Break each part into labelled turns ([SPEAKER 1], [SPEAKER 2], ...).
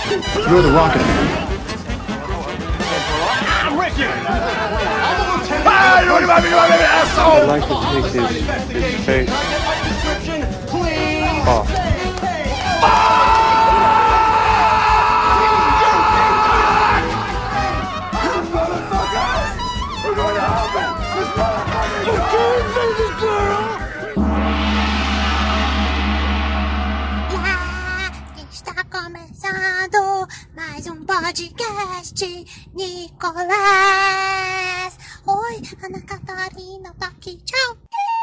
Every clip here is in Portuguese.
[SPEAKER 1] You're the Rocket Man.
[SPEAKER 2] I'd like to take his face off.
[SPEAKER 3] Está começando mais um podcast, Nicolas. Oi, Ana Catarina, tá aqui, tchau.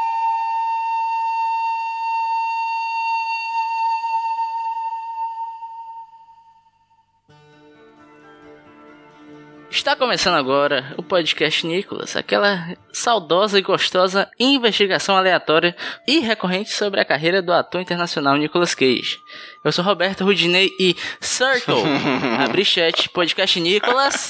[SPEAKER 4] Está começando agora o podcast Nicolas, aquela saudosa e gostosa investigação aleatória e recorrente sobre a carreira do ator internacional Nicolas Cage. Eu sou Roberto Rudinei e Circle, abri chat, podcast Nicolas,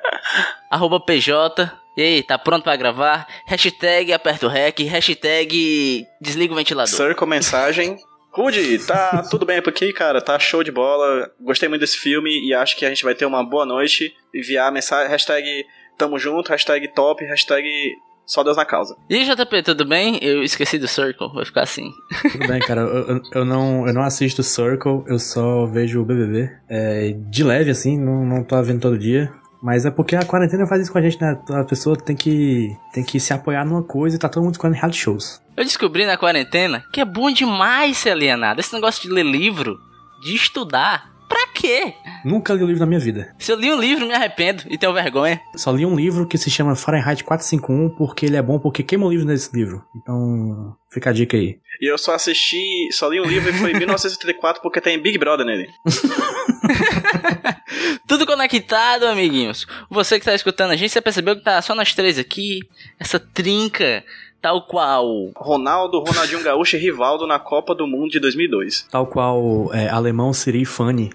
[SPEAKER 4] @PJ, e aí, tá pronto pra gravar? Hashtag aperta o rec, hashtag desliga o ventilador.
[SPEAKER 5] Circle mensagem. Rudy, tá tudo bem por aqui, cara? Tá show de bola. Gostei muito desse filme e acho que a gente vai ter uma boa noite. Enviar a mensagem, hashtag tamo junto, hashtag top, hashtag só Deus na causa.
[SPEAKER 4] E JP, tudo bem? Eu esqueci do Circle, vai ficar assim.
[SPEAKER 6] Tudo bem, cara. Eu não assisto Circle, eu só vejo o BBB. De leve, assim, não tô vendo todo dia. Mas é porque a quarentena faz isso com a gente, né? A pessoa tem que se apoiar numa coisa e tá todo mundo escolhendo reality shows.
[SPEAKER 4] Eu descobri na quarentena que é bom demais ser alienado. Esse negócio de ler livro, de estudar, pra quê?
[SPEAKER 6] Nunca li um livro na minha vida.
[SPEAKER 4] Se eu li um livro, me arrependo e tenho vergonha.
[SPEAKER 6] Só li um livro que se chama Fahrenheit 451 porque ele é bom porque queima o livro nesse livro. Então, fica a dica aí.
[SPEAKER 5] E eu só li um livro e foi em 1984 porque tem Big Brother nele.
[SPEAKER 4] Tudo conectado, amiguinhos. Você que tá escutando a gente, você percebeu que tá só nós três aqui? Essa trinca, tal qual
[SPEAKER 5] Ronaldo, Ronaldinho Gaúcho e Rivaldo na Copa do Mundo de 2002.
[SPEAKER 6] Tal qual Alemão, Siri e Fanny.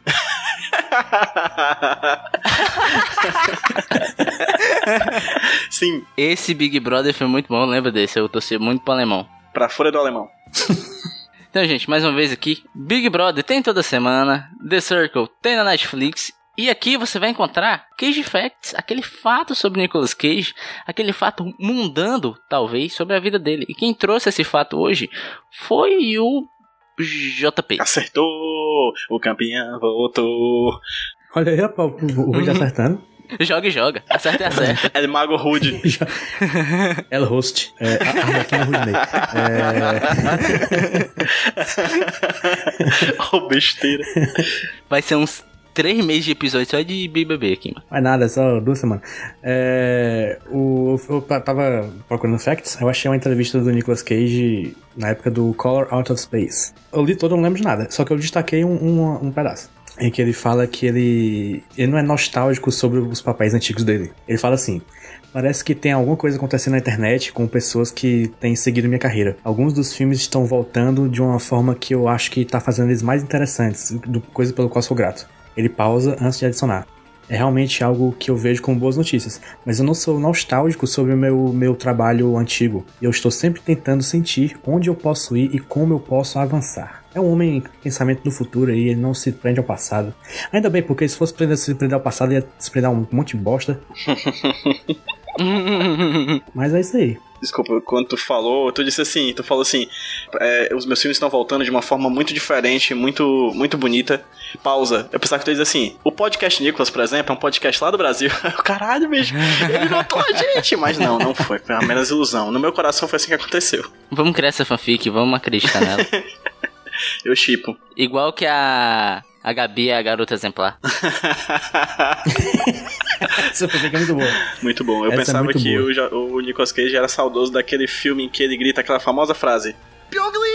[SPEAKER 5] Sim.
[SPEAKER 4] Esse Big Brother foi muito bom, lembra desse? Eu torci muito pro alemão.
[SPEAKER 5] Pra fora do alemão.
[SPEAKER 4] Então, gente, mais uma vez aqui, Big Brother tem toda semana, The Circle tem na Netflix, e aqui você vai encontrar Cage Facts, aquele fato sobre Nicolas Cage, aquele fato mundano, talvez, sobre a vida dele. E quem trouxe esse fato hoje foi o JP.
[SPEAKER 5] Acertou! O campeão voltou!
[SPEAKER 6] Olha aí, rapaz, o Rudy acertando.
[SPEAKER 4] Joga e joga, acerta e acerta.
[SPEAKER 5] É Mago Rude.
[SPEAKER 6] El host. Arlequina Rudinei.
[SPEAKER 5] Oh, besteira.
[SPEAKER 4] Vai ser uns 3 meses de episódio só de BBB aqui, mano.
[SPEAKER 6] Mas nada, só 2 semanas. Eu tava procurando facts, eu achei uma entrevista do Nicolas Cage na época do Color Out of Space. Eu li todo, não lembro de nada, só que eu destaquei um pedaço. Em que ele fala que ele não é nostálgico sobre os papéis antigos dele. Ele fala assim: parece que tem alguma coisa acontecendo na internet com pessoas que têm seguido minha carreira. Alguns dos filmes estão voltando de uma forma que eu acho que tá fazendo eles mais interessantes, coisa pelo qual sou grato. Ele pausa antes de adicionar. É realmente algo que eu vejo com boas notícias, mas eu não sou nostálgico sobre o meu trabalho antigo. Eu estou sempre tentando sentir onde eu posso ir e como eu posso avançar. É um homem com pensamento do futuro aí, ele não se prende ao passado. Ainda bem, porque se fosse se prender ao passado, ia se prender a um monte de bosta. Mas é isso aí.
[SPEAKER 5] Desculpa, quando tu falou assim, os meus filmes estão voltando de uma forma muito diferente, muito, muito bonita. Pausa. Eu pensava que tu ia dizer assim, o podcast Nicolas, por exemplo, é um podcast lá do Brasil. Caralho, bicho, ele notou a gente. Mas não foi uma menos ilusão. No meu coração foi assim que aconteceu.
[SPEAKER 4] Vamos criar essa fanfic, vamos acreditar nela.
[SPEAKER 5] Eu shippo.
[SPEAKER 4] Igual que a Gabi é a garota exemplar.
[SPEAKER 6] Essa fanfic é muito boa.
[SPEAKER 5] Muito bom. Eu pensava que o Nicolas Cage era saudoso daquele filme em que ele grita aquela famosa frase: Pyongli!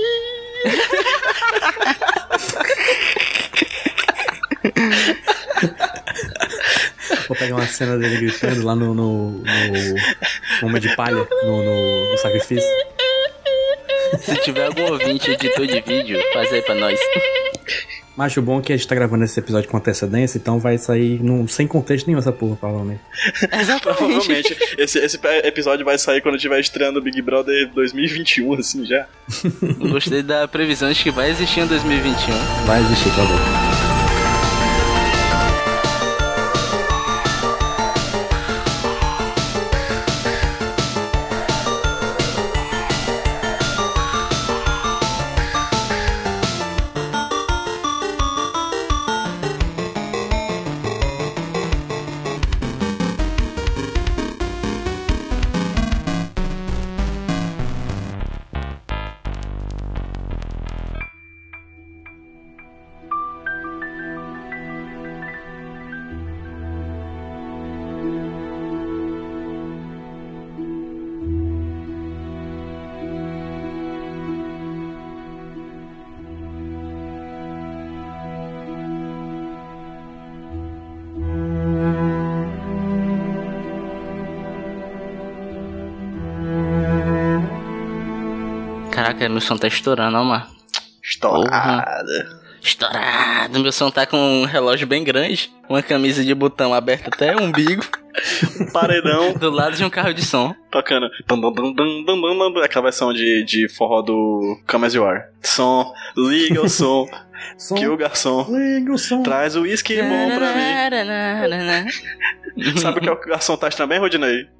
[SPEAKER 6] Vou pegar uma cena dele gritando lá no Homem de Palha, no Sacrifício.
[SPEAKER 4] Se tiver algum ouvinte editor de vídeo, faz aí pra nós.
[SPEAKER 6] Mas o bom é que a gente tá gravando esse episódio com antecedência, então vai sair sem contexto nenhum essa porra, provavelmente.
[SPEAKER 5] Provavelmente. Esse episódio vai sair quando tiver estreando Big Brother 2021, assim, já.
[SPEAKER 4] Gostei da previsão de que vai existir em 2021.
[SPEAKER 6] Vai existir, tá bom.
[SPEAKER 4] Caraca, meu som tá estourando, ó, mano. Estourado. Meu som tá com um relógio bem grande, uma camisa de botão aberta até o umbigo.
[SPEAKER 5] Paredão.
[SPEAKER 4] Do lado de um carro de som.
[SPEAKER 5] Tocando. Aquela versão de forró do Come As You Are. Som, liga o som. Que o garçom
[SPEAKER 6] liga o som.
[SPEAKER 5] Traz o uísque bom pra mim. Sabe o que é o garçom tá também, Rodinei?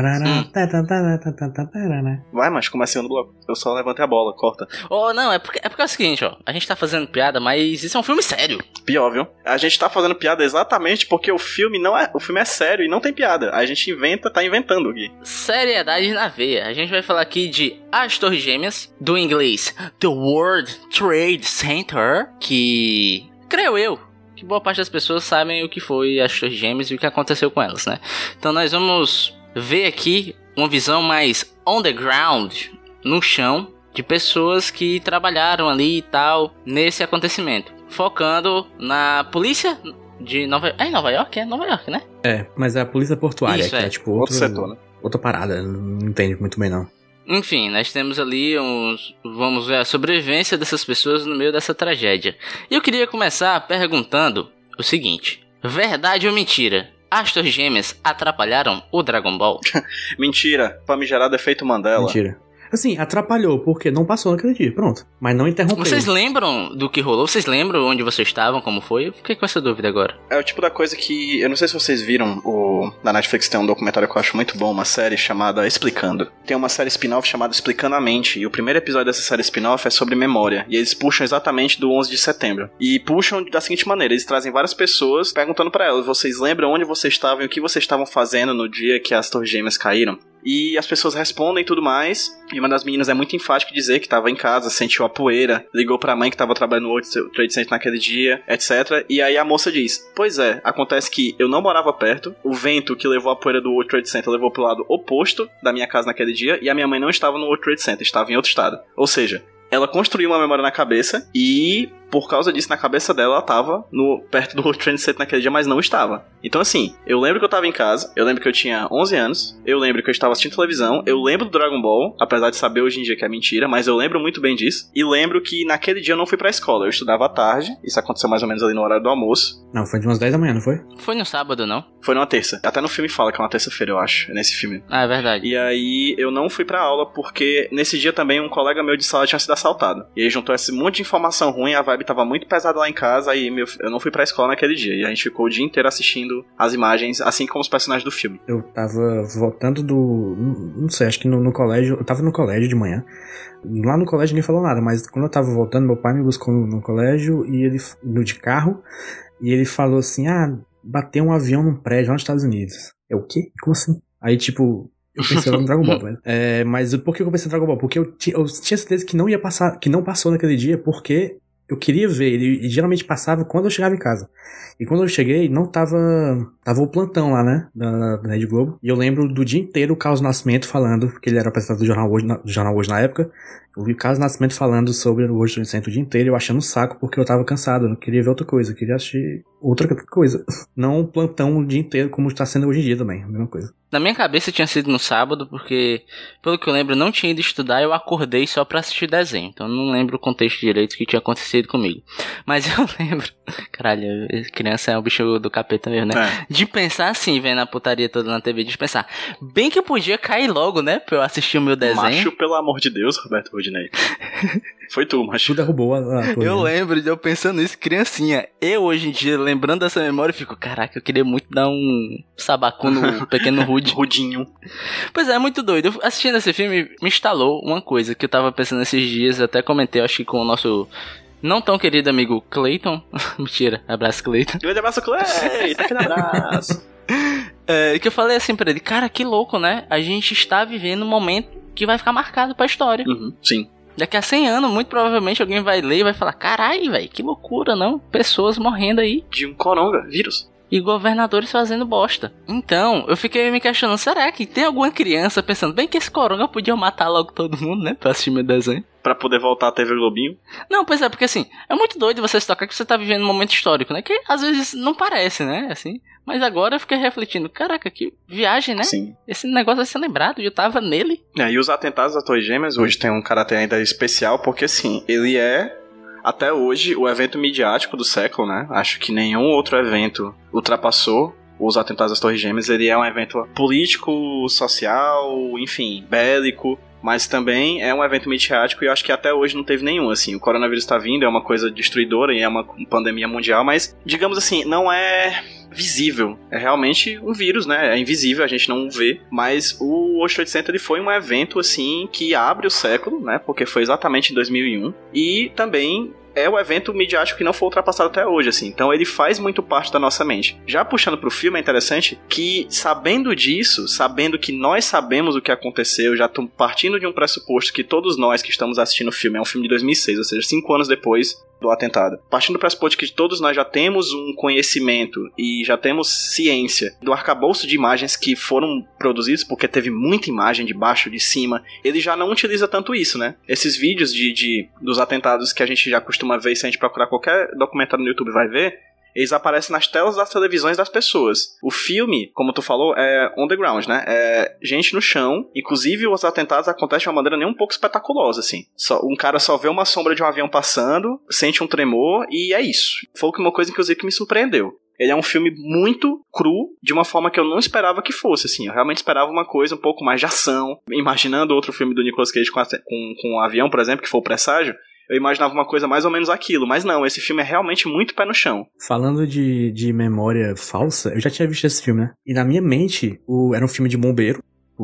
[SPEAKER 5] Vai, mas comecei no bloco. Eu só levantei a bola, corta.
[SPEAKER 4] Oh, não, é porque é o seguinte, ó. A gente tá fazendo piada, mas isso é um filme sério.
[SPEAKER 5] Pior, viu? A gente tá fazendo piada exatamente porque o filme é sério e não tem piada. A gente tá inventando aqui.
[SPEAKER 4] Seriedade na veia. A gente vai falar aqui de As Torres Gêmeas, do inglês The World Trade Center, que, creio eu, que boa parte das pessoas sabem o que foi as Torres Gêmeas e o que aconteceu com elas, né? Então nós vamos ver aqui uma visão mais on the ground, no chão, de pessoas que trabalharam ali e tal, nesse acontecimento. Focando na polícia de Nova York. É Nova York? É Nova York, né?
[SPEAKER 6] É, mas é a polícia portuária,
[SPEAKER 4] Isso,
[SPEAKER 6] que é tipo
[SPEAKER 5] outro setor, né?
[SPEAKER 6] Outra parada, não entendo muito bem não.
[SPEAKER 4] Enfim, nós temos ali vamos ver a sobrevivência dessas pessoas no meio dessa tragédia. E eu queria começar perguntando o seguinte: verdade ou mentira? As Torres Gêmeas atrapalharam o Dragon Ball?
[SPEAKER 5] Mentira, famigerado efeito Mandela.
[SPEAKER 6] Mentira. Assim, atrapalhou, porque não passou naquele dia, pronto. Mas não interrompeu.
[SPEAKER 4] Vocês lembram do que rolou? Vocês lembram onde vocês estavam, como foi? Eu fiquei com essa dúvida agora.
[SPEAKER 5] É o tipo da coisa que... Eu não sei se vocês viram, na Netflix tem um documentário que eu acho muito bom, uma série chamada Explicando. Tem uma série spin-off chamada Explicando a Mente, e o primeiro episódio dessa série spin-off é sobre memória. E eles puxam exatamente do 11 de setembro. E puxam da seguinte maneira, eles trazem várias pessoas perguntando pra elas, vocês lembram onde vocês estavam e o que vocês estavam fazendo no dia que as Torres Gêmeas caíram? E as pessoas respondem e tudo mais. E uma das meninas é muito enfática em dizer que estava em casa, sentiu a poeira, ligou pra mãe que estava trabalhando no World Trade Center naquele dia, etc. E aí a moça diz, pois é, acontece que eu não morava perto, o vento que levou a poeira do World Trade Center levou pro lado oposto da minha casa naquele dia, e a minha mãe não estava no World Trade Center, estava em outro estado. Ou seja, ela construiu uma memória na cabeça e, por causa disso, na cabeça dela, ela tava perto do World Trade Center naquele dia, mas não estava. Então, assim, eu lembro que eu tava em casa, eu lembro que eu tinha 11 anos, eu lembro que eu estava assistindo televisão, eu lembro do Dragon Ball, apesar de saber hoje em dia que é mentira, mas eu lembro muito bem disso, e lembro que naquele dia eu não fui pra escola, eu estudava à tarde, isso aconteceu mais ou menos ali no horário do almoço.
[SPEAKER 6] Não, foi de umas 10 da manhã, não foi?
[SPEAKER 4] Foi no sábado, não?
[SPEAKER 5] Foi numa terça. Até no filme fala que é uma terça-feira, eu acho, nesse filme.
[SPEAKER 4] Ah, é verdade.
[SPEAKER 5] E aí eu não fui pra aula porque nesse dia também um colega meu de sala tinha sido assaltado. E aí juntou esse monte de informação ruim, a vibe tava muito pesada lá em casa, aí eu não fui pra escola naquele dia. E a gente ficou o dia inteiro assistindo as imagens, assim como os personagens do filme.
[SPEAKER 6] Eu tava voltando não sei, acho que no colégio, eu tava no colégio de manhã. Lá no colégio ninguém falou nada, mas quando eu tava voltando, meu pai me buscou no colégio, e ele, de carro, e ele falou assim, bateu um avião num prédio lá nos Estados Unidos. Eu, o quê? Como assim? Aí, tipo, eu pensei no Dragon Ball, né? Mas por que eu pensei no Dragon Ball? Porque eu tinha certeza que não ia passar, que não passou naquele dia, porque eu queria ver, ele geralmente passava quando eu chegava em casa. E quando eu cheguei, não tava o plantão lá, né, da Rede Globo. E eu lembro do dia inteiro o Carlos Nascimento falando, porque ele era apresentador do Jornal Hoje na época. Eu vi o Carlos Nascimento falando sobre o World Trade Center o dia inteiro, eu achando um saco, porque eu tava cansado, eu não queria ver outra coisa, eu queria assistir outra coisa. Não um plantão o dia inteiro, como está sendo hoje em dia também, a mesma coisa.
[SPEAKER 4] Na minha cabeça tinha sido no sábado, porque, pelo que eu lembro, eu não tinha ido estudar, eu acordei só pra assistir desenho. Então eu não lembro o contexto direito que tinha acontecido comigo. Mas eu lembro, caralho, criança é um bicho do capeta mesmo, né? De pensar assim, vendo a putaria toda na TV, de pensar, bem que eu podia cair logo, né, pra eu assistir o meu desenho.
[SPEAKER 5] Macho, pelo amor de Deus, Roberto Rodinei. Foi tu, macho.
[SPEAKER 6] Tu derrubou a
[SPEAKER 4] Eu lembro de eu pensando nisso, criancinha. Eu, hoje em dia, lembrando dessa memória, fico, caraca, eu queria muito dar um sabacu no pequeno
[SPEAKER 5] Rudinho.
[SPEAKER 4] Pois é, muito doido. Eu, assistindo esse filme, me instalou uma coisa que eu tava pensando esses dias, até comentei, acho que com o nosso não tão querido amigo Clayton. Mentira, abraço Clayton.
[SPEAKER 5] Grande abraço, Clayton, aquele abraço.
[SPEAKER 4] Que eu falei assim pra ele, cara, que louco, né? A gente está vivendo um momento que vai ficar marcado pra história.
[SPEAKER 5] Sim.
[SPEAKER 4] Daqui a 100 anos, muito provavelmente alguém vai ler e vai falar, caralho, velho, que loucura, não? Pessoas morrendo aí.
[SPEAKER 5] De um coronga, vírus.
[SPEAKER 4] E governadores fazendo bosta. Então, eu fiquei me questionando, será que tem alguma criança pensando, bem que esse coronga podia matar logo todo mundo, né? Pra assistir meu desenho.
[SPEAKER 5] pra poder voltar a TV Globinho.
[SPEAKER 4] Não, pois é, porque assim, é muito doido você se tocar que você tá vivendo um momento histórico, né? Que às vezes não parece, né? Assim, mas agora eu fiquei refletindo, caraca, que viagem, né?
[SPEAKER 5] Sim.
[SPEAKER 4] Esse negócio vai ser lembrado, eu tava nele.
[SPEAKER 5] E os atentados das Torres Gêmeas hoje tem um caráter ainda especial, porque assim, ele é, até hoje, o evento midiático do século, né? Acho que nenhum outro evento ultrapassou os atentados das Torres Gêmeas. Ele é um evento político, social, enfim, bélico, mas também é um evento midiático e eu acho que até hoje não teve nenhum, assim. O coronavírus tá vindo, é uma coisa destruidora e é uma pandemia mundial, mas, digamos assim, não é visível. É realmente um vírus, né? É invisível, a gente não vê, mas o World Trade Center ele foi um evento, assim, que abre o século, né? Porque foi exatamente em 2001 e também é o evento midiático que não foi ultrapassado até hoje, assim. Então ele faz muito parte da nossa mente. Já puxando pro filme, é interessante que, sabendo disso, sabendo que nós sabemos o que aconteceu, já estamos partindo de um pressuposto que todos nós que estamos assistindo o filme, é um filme de 2006, ou seja, 5 anos depois do atentado. Partindo do pressuposto que todos nós já temos um conhecimento e já temos ciência do arcabouço de imagens que foram produzidos, porque teve muita imagem de baixo, de cima, ele já não utiliza tanto isso, né? Esses vídeos dos atentados que a gente já costuma ver, se a gente procurar qualquer documentário no YouTube vai ver, eles aparecem nas telas das televisões das pessoas. O filme, como tu falou, é on the ground, né? É gente no chão. Inclusive, os atentados acontecem de uma maneira nem um pouco espetaculosa, assim. Um cara só vê uma sombra de um avião passando, sente um tremor e é isso. Foi uma coisa, inclusive, que me surpreendeu. Ele é um filme muito cru, de uma forma que eu não esperava que fosse, assim. Eu realmente esperava uma coisa um pouco mais de ação. Imaginando outro filme do Nicolas Cage com um avião, por exemplo, que foi o Presságio, eu imaginava uma coisa mais ou menos aquilo, mas não, esse filme é realmente muito pé no chão.
[SPEAKER 6] Falando de memória falsa, eu já tinha visto esse filme, né? E na minha mente, era um filme de bombeiro,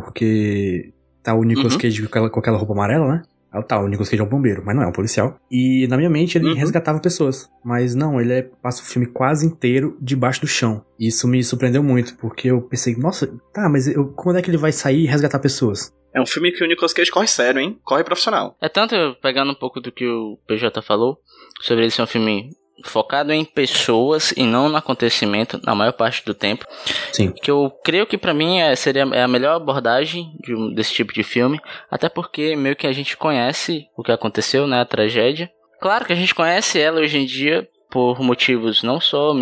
[SPEAKER 6] porque tá o Nicolas Cage com aquela roupa amarela, né? Tá, o Nicolas Cage é um bombeiro, mas não é um policial. E na minha mente ele resgatava pessoas. Mas não, ele passa o filme quase inteiro debaixo do chão. E isso me surpreendeu muito, porque eu pensei, nossa, tá, mas quando é que ele vai sair e resgatar pessoas?
[SPEAKER 5] É um filme que o Nicolas Cage corre sério, hein? Corre profissional.
[SPEAKER 4] É tanto, pegando um pouco do que o PJ falou, sobre ele ser um filme focado em pessoas e não no acontecimento, na maior parte do tempo.
[SPEAKER 6] Sim.
[SPEAKER 4] Que eu creio que pra mim seria a melhor abordagem desse tipo de filme, até porque meio que a gente conhece o que aconteceu, né? A tragédia. Claro que a gente conhece ela hoje em dia por motivos não só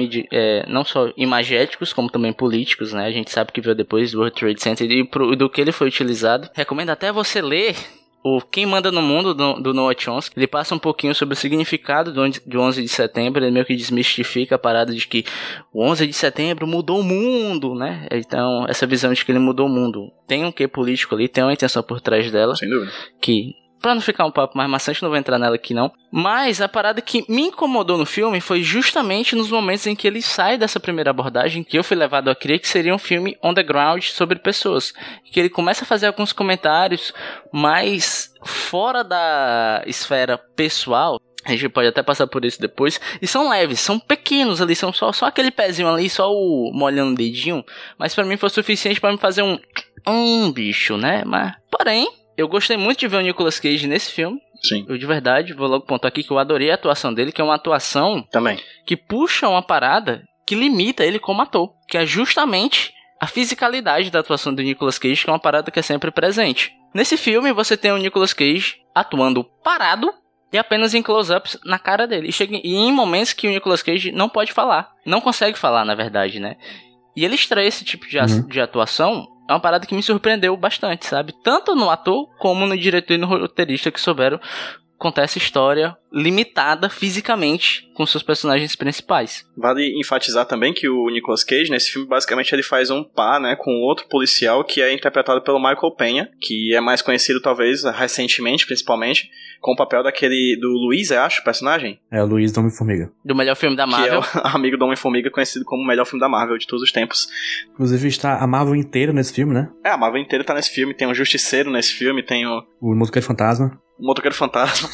[SPEAKER 4] imagéticos, como também políticos, né? A gente sabe que veio depois do World Trade Center e do que ele foi utilizado. Recomendo até você ler o Quem Manda no Mundo, do Noah Chomsky. Ele passa um pouquinho sobre o significado do 11 de setembro, ele meio que desmistifica a parada de que o 11 de setembro mudou o mundo, né? Então, essa visão de que ele mudou o mundo tem um quê político ali, tem uma intenção por trás dela.
[SPEAKER 5] Sem dúvida.
[SPEAKER 4] Que, pra não ficar um papo mais maçante, não vou entrar nela aqui não. Mas a parada que me incomodou no filme foi justamente nos momentos em que ele sai dessa primeira abordagem, que eu fui levado a crer que seria um filme on the ground sobre pessoas. Que ele começa a fazer alguns comentários mais fora da esfera pessoal. A gente pode até passar por isso depois. E são leves, são pequenos ali, são só aquele pezinho ali, só o molhando o dedinho. Mas pra mim foi suficiente pra me fazer um bicho, né? Mas, porém, eu gostei muito de ver o Nicolas Cage nesse filme.
[SPEAKER 5] Sim.
[SPEAKER 4] Eu de verdade, vou logo pontuar aqui que eu adorei a atuação dele, que é uma atuação
[SPEAKER 5] também
[SPEAKER 4] que puxa uma parada que limita ele como ator, que é justamente a fisicalidade da atuação do Nicolas Cage, que é uma parada que é sempre presente. Nesse filme você tem o Nicolas Cage atuando parado e apenas em close-ups na cara dele. E em momentos que o Nicolas Cage não pode falar, não consegue falar, na verdade, né? E ele extrai esse tipo de atuação. É uma parada que me surpreendeu bastante, sabe? Tanto no ator, como no diretor e no roteirista que souberam contar essa história limitada fisicamente com seus personagens principais.
[SPEAKER 5] Vale enfatizar também que o Nicolas Cage, nesse filme, basicamente ele faz um par, né, com outro policial que é interpretado pelo Michael Peña, que é mais conhecido, talvez, recentemente, principalmente, com o papel do Luiz, eu acho, o personagem.
[SPEAKER 6] É, o Luiz do Homem-Formiga.
[SPEAKER 4] Do melhor filme da Marvel.
[SPEAKER 5] Que é o amigo do Homem-Formiga, conhecido como o melhor filme da Marvel de todos os tempos.
[SPEAKER 6] Inclusive está a Marvel inteira nesse filme, né?
[SPEAKER 5] É, a Marvel inteira tá nesse filme, tem um Justiceiro nesse filme, tem o
[SPEAKER 6] Motoqueiro Fantasma.
[SPEAKER 5] O Motoqueiro Fantasma.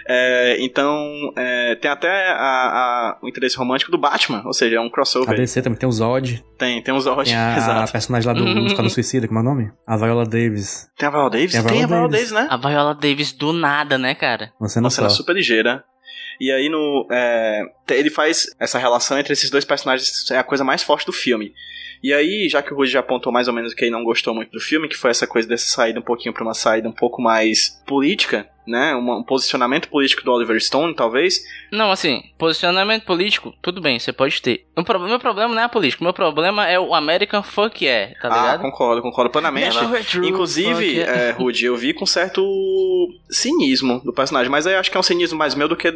[SPEAKER 5] Então, tem até o interesse romântico do Batman, ou seja, é um crossover.
[SPEAKER 6] A DC também tem o Zod.
[SPEAKER 5] Tem o Zod,
[SPEAKER 6] tem a personagem lá do Esquadrão Suicida, como é o nome? A Viola Davis.
[SPEAKER 5] Tem a Viola Davis? Tem a Viola Davis, né?
[SPEAKER 4] A Viola Davis do nada, né, cara?
[SPEAKER 5] Uma cena super ligeira. E aí ele faz essa relação entre esses dois personagens, é a coisa mais forte do filme. E aí, já que o Rudy já apontou mais ou menos que ele não gostou muito do filme, que foi essa coisa dessa saída um pouquinho pra uma saída um pouco mais política, né? Um posicionamento político do Oliver Stone, talvez.
[SPEAKER 4] Não, assim, posicionamento político, tudo bem, você pode ter. Meu problema não é a política, meu problema é o American Fuck Yeah, tá ligado?
[SPEAKER 5] Concordo plenamente. Inclusive, Rudy, eu vi com certo cinismo do personagem, mas aí eu acho que é um cinismo mais meu do que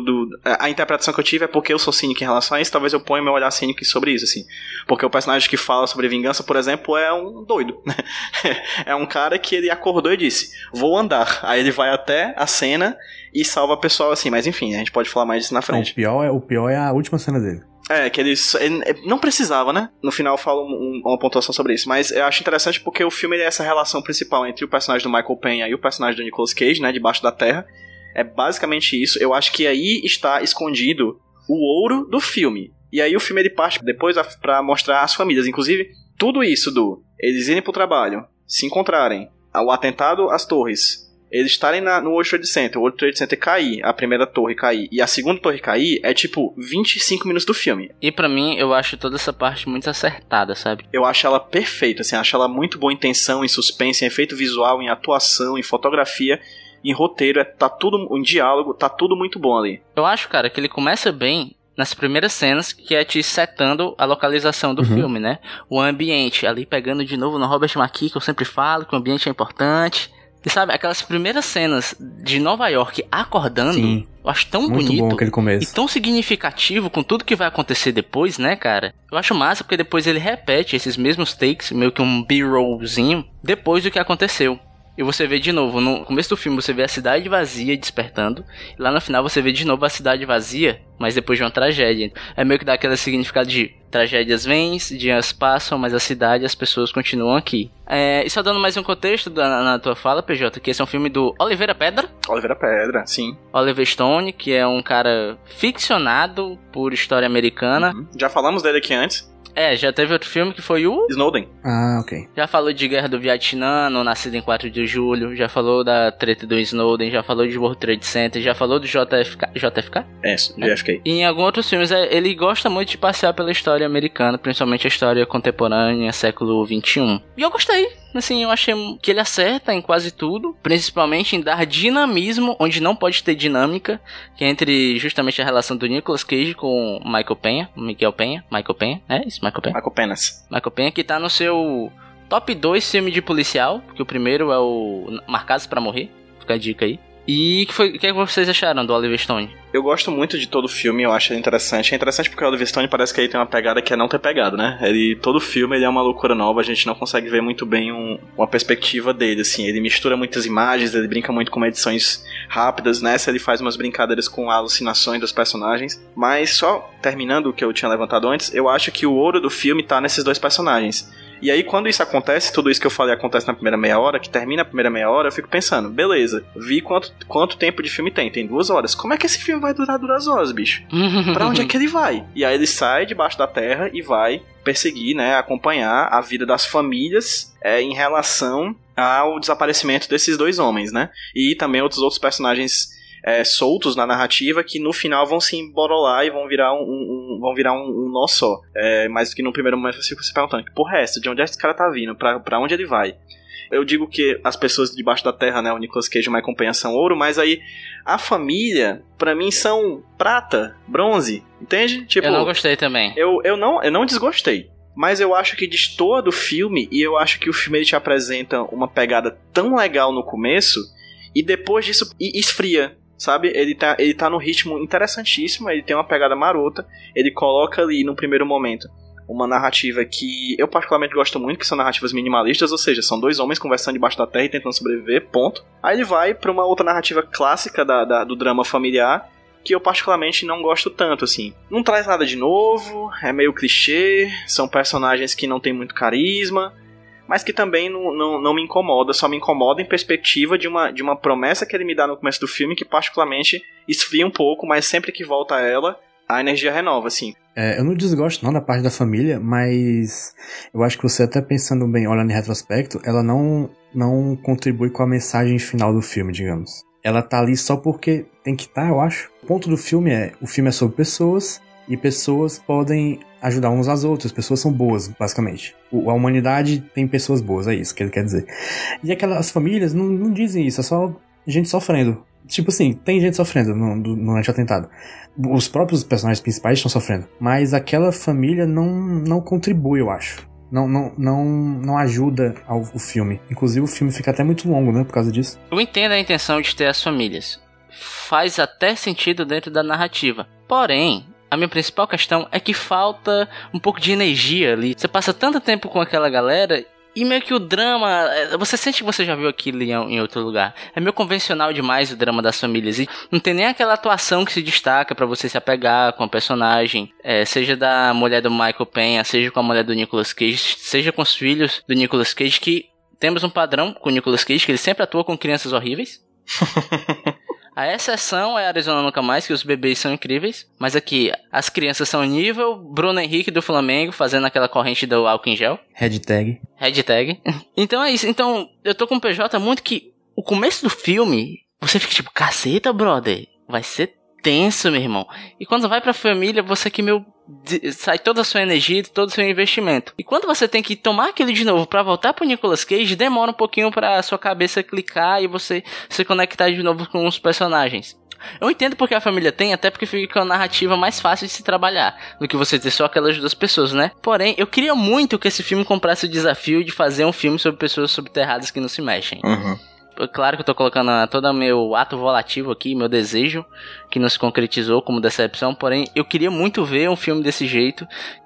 [SPEAKER 5] a interpretação que eu tive é porque eu sou cínico em relação a isso, talvez eu ponha meu olhar cínico sobre isso, assim. Porque o personagem que fala sobre vingança, por exemplo, é um doido. É um cara que ele acordou e disse, vou andar. Aí ele vai até a cena e salva o pessoal assim, mas enfim, a gente pode falar mais disso na frente.
[SPEAKER 6] Não, o pior é a última cena dele.
[SPEAKER 5] Que ele não precisava, né? No final eu falo uma pontuação sobre isso, mas eu acho interessante porque o filme é essa relação principal entre o personagem do Michael Peña e o personagem do Nicolas Cage, né, debaixo da terra. É basicamente isso. Eu acho que aí está escondido o ouro do filme. E aí o filme ele parte depois pra mostrar as famílias, inclusive tudo isso eles irem pro trabalho, se encontrarem, o atentado às torres, eles estarem no World Trade Center, o World Trade Center cair, a primeira torre cair e a segunda torre cair, é tipo 25 minutos do filme.
[SPEAKER 4] E pra mim, eu acho toda essa parte muito acertada, sabe?
[SPEAKER 5] Eu acho ela perfeita, assim, acho ela muito boa em tensão, em suspense, em efeito visual, em atuação, em fotografia, em roteiro, tá tudo em diálogo, tá tudo muito bom ali.
[SPEAKER 4] Eu acho, cara, que ele começa bem nas primeiras cenas, que é te setando a localização do filme, né? O ambiente, ali pegando de novo no Robert McKee, que eu sempre falo, que o ambiente é importante. E sabe, aquelas primeiras cenas de Nova York acordando, sim, eu acho tão
[SPEAKER 6] muito
[SPEAKER 4] bonito
[SPEAKER 6] bom aquele começo.
[SPEAKER 4] E tão significativo com tudo que vai acontecer depois, né, cara? Eu acho massa porque depois ele repete esses mesmos takes, meio que um B-rollzinho, depois do que aconteceu. E você vê de novo, no começo do filme você vê a cidade vazia despertando, e lá no final você vê de novo a cidade vazia, mas depois de uma tragédia. É meio que dá aquele significado de tragédias vêm, dias passam, mas a cidade e as pessoas continuam aqui. E só dando mais um contexto na tua fala, PJ, que esse é um filme do Oliveira Pedra.
[SPEAKER 5] Oliveira Pedra, sim.
[SPEAKER 4] Oliver Stone, que é um cara ficcionado por história americana.
[SPEAKER 5] Já falamos dele aqui antes.
[SPEAKER 4] Já teve outro filme que foi o
[SPEAKER 5] Snowden.
[SPEAKER 6] Ah, ok.
[SPEAKER 4] Já falou de Guerra do Vietnã, no Nascido em 4 de Julho, já falou da treta do Snowden, já falou de World Trade Center, já falou do JFK?
[SPEAKER 5] JFK.
[SPEAKER 4] E em alguns outros filmes, ele gosta muito de passear pela história americana, principalmente a história contemporânea, século XXI. E eu gostei. Assim, eu achei que ele acerta em quase tudo, principalmente em dar dinamismo onde não pode ter dinâmica, que é entre justamente a relação do Nicolas Cage com Michael Peña, é isso, Michael Peña, que tá no seu top 2 filme de policial, porque o primeiro é o Marcados pra Morrer, fica a dica aí. E o que vocês acharam do Oliver Stone?
[SPEAKER 5] Eu gosto muito de todo o filme, eu acho interessante. É interessante porque o Oliver Stone parece que ele tem uma pegada que é não ter pegado, né? Todo filme ele é uma loucura nova, a gente não consegue ver muito bem uma perspectiva dele, assim. Ele mistura muitas imagens, ele brinca muito com edições rápidas. Nessa ele faz umas brincadeiras com alucinações dos personagens. Mas só terminando o que eu tinha levantado antes, eu acho que o ouro do filme tá nesses dois personagens. E aí quando isso acontece, tudo isso que eu falei acontece na primeira meia hora, que termina a primeira meia hora, eu fico pensando, beleza, vi quanto tempo de filme tem 2 horas. Como é que esse filme vai durar 2 horas, bicho? Pra onde é que ele vai? E aí ele sai debaixo da terra e vai perseguir, né, acompanhar a vida das famílias em relação ao desaparecimento desses 2 homens, né? E também outros personagens soltos na narrativa que no final vão se emborolar e vão virar um nó só. Mas que no primeiro momento você fica se perguntando, que porra é essa? De onde é que esse cara tá vindo? Pra onde ele vai? Eu digo que as pessoas debaixo da terra, né, o Nicolas Cage e o Michael Peña são ouro, mas aí a família, pra mim, são prata, bronze, entende? Tipo,
[SPEAKER 4] eu não gostei também.
[SPEAKER 5] Eu não desgostei. Mas eu acho que destoa do filme, e eu acho que o filme ele te apresenta uma pegada tão legal no começo, e depois disso esfria. Sabe, ele tá num ritmo interessantíssimo, ele tem uma pegada marota, ele coloca ali no primeiro momento uma narrativa que eu particularmente gosto muito, que são narrativas minimalistas, ou seja, são 2 homens conversando debaixo da terra e tentando sobreviver, ponto. Aí ele vai pra uma outra narrativa clássica do drama familiar, que eu particularmente não gosto tanto, assim. Não traz nada de novo, é meio clichê, são personagens que não tem muito carisma, mas que também não me incomoda, só me incomoda em perspectiva de uma promessa que ele me dá no começo do filme, que particularmente esfria um pouco, mas sempre que volta a ela, a energia renova, assim.
[SPEAKER 6] Eu não desgosto não da parte da família, mas eu acho que você até pensando bem, olhando em retrospecto, ela não contribui com a mensagem final do filme, digamos. Ela tá ali só porque tem que estar, eu acho. O ponto do filme é sobre pessoas, e pessoas podem ajudar uns às outras, pessoas são boas, basicamente. A humanidade tem pessoas boas, é isso que ele quer dizer. E aquelas famílias não dizem isso, é só gente sofrendo. Tipo assim, tem gente sofrendo durante o atentado. Os próprios personagens principais estão sofrendo, mas aquela família não contribui, eu acho. Não ajuda o filme. Inclusive o filme fica até muito longo, né, por causa disso.
[SPEAKER 4] Eu entendo a intenção de ter as famílias. Faz até sentido dentro da narrativa. Porém, a minha principal questão é que falta um pouco de energia ali. Você passa tanto tempo com aquela galera e meio que o drama... Você sente que você já viu aquilo em outro lugar. É meio convencional demais o drama das famílias. E não tem nem aquela atuação que se destaca pra você se apegar com a personagem. Seja da mulher do Michael Peña, seja com a mulher do Nicolas Cage, seja com os filhos do Nicolas Cage, que temos um padrão com o Nicolas Cage, que ele sempre atua com crianças horríveis. A exceção é Arizona Nunca Mais, que os bebês são incríveis. Mas aqui, as crianças são nível Bruno Henrique do Flamengo, fazendo aquela corrente do álcool em gel.
[SPEAKER 6] Hashtag.
[SPEAKER 4] Então é isso. Então, eu tô com o PJ muito que o começo do filme, você fica tipo, caceta, brother, vai ser tenso, meu irmão. E quando vai pra família, você que sai toda a sua energia, todo o seu investimento. E quando você tem que tomar aquele de novo pra voltar pro Nicolas Cage, demora um pouquinho pra sua cabeça clicar e você se conectar de novo com os personagens. Eu entendo porque a família tem, até porque fica uma narrativa mais fácil de se trabalhar do que você ter só aquelas duas pessoas, né? Porém, eu queria muito que esse filme comprasse o desafio de fazer um filme sobre pessoas subterradas que não se mexem. Claro que eu tô colocando todo o meu ato volativo aqui, meu desejo, que não se concretizou como decepção, porém, eu queria muito ver um filme desse jeito.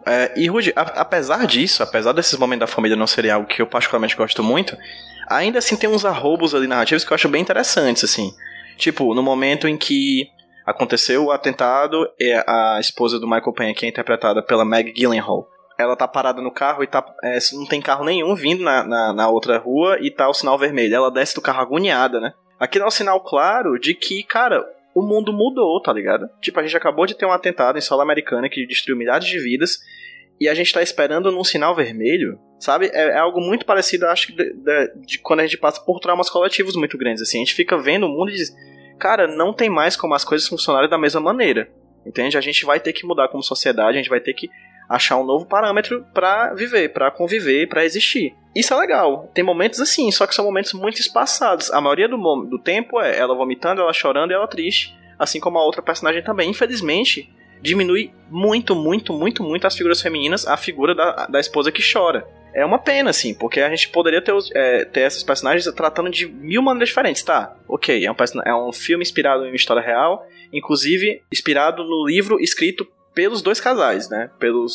[SPEAKER 5] E Rudy, apesar disso, apesar desses momentos da família não serem algo que eu particularmente gosto muito, ainda assim tem uns arroubos ali narrativos que eu acho bem interessantes, assim. Tipo, no momento em que aconteceu o atentado, a esposa do Michael Peña, que é interpretada pela Maggie Gyllenhaal, ela tá parada no carro e não tem carro nenhum vindo na outra rua e tá o sinal vermelho. Ela desce do carro agoniada, né? Aquilo é um sinal claro de que, cara, o mundo mudou, tá ligado? Tipo, a gente acabou de ter um atentado em solo americana que destruiu milhares de vidas e a gente tá esperando num sinal vermelho, sabe? É algo muito parecido, acho, de quando a gente passa por traumas coletivos muito grandes, assim. A gente fica vendo o mundo e diz, cara, não tem mais como as coisas funcionarem da mesma maneira, entende? A gente vai ter que mudar como sociedade, a gente vai ter que achar um novo parâmetro pra viver, pra conviver, pra existir. Isso é legal. Tem momentos assim, só que são momentos muito espaçados. A maioria do tempo é ela vomitando, ela chorando e ela triste. Assim como a outra personagem também. Infelizmente, diminui muito as figuras femininas, a figura da esposa que chora. É uma pena, assim, porque a gente poderia ter essas personagens tratando de mil maneiras diferentes, tá? Ok, é um filme inspirado em uma história real, inclusive inspirado no livro escrito pelos dois casais, né?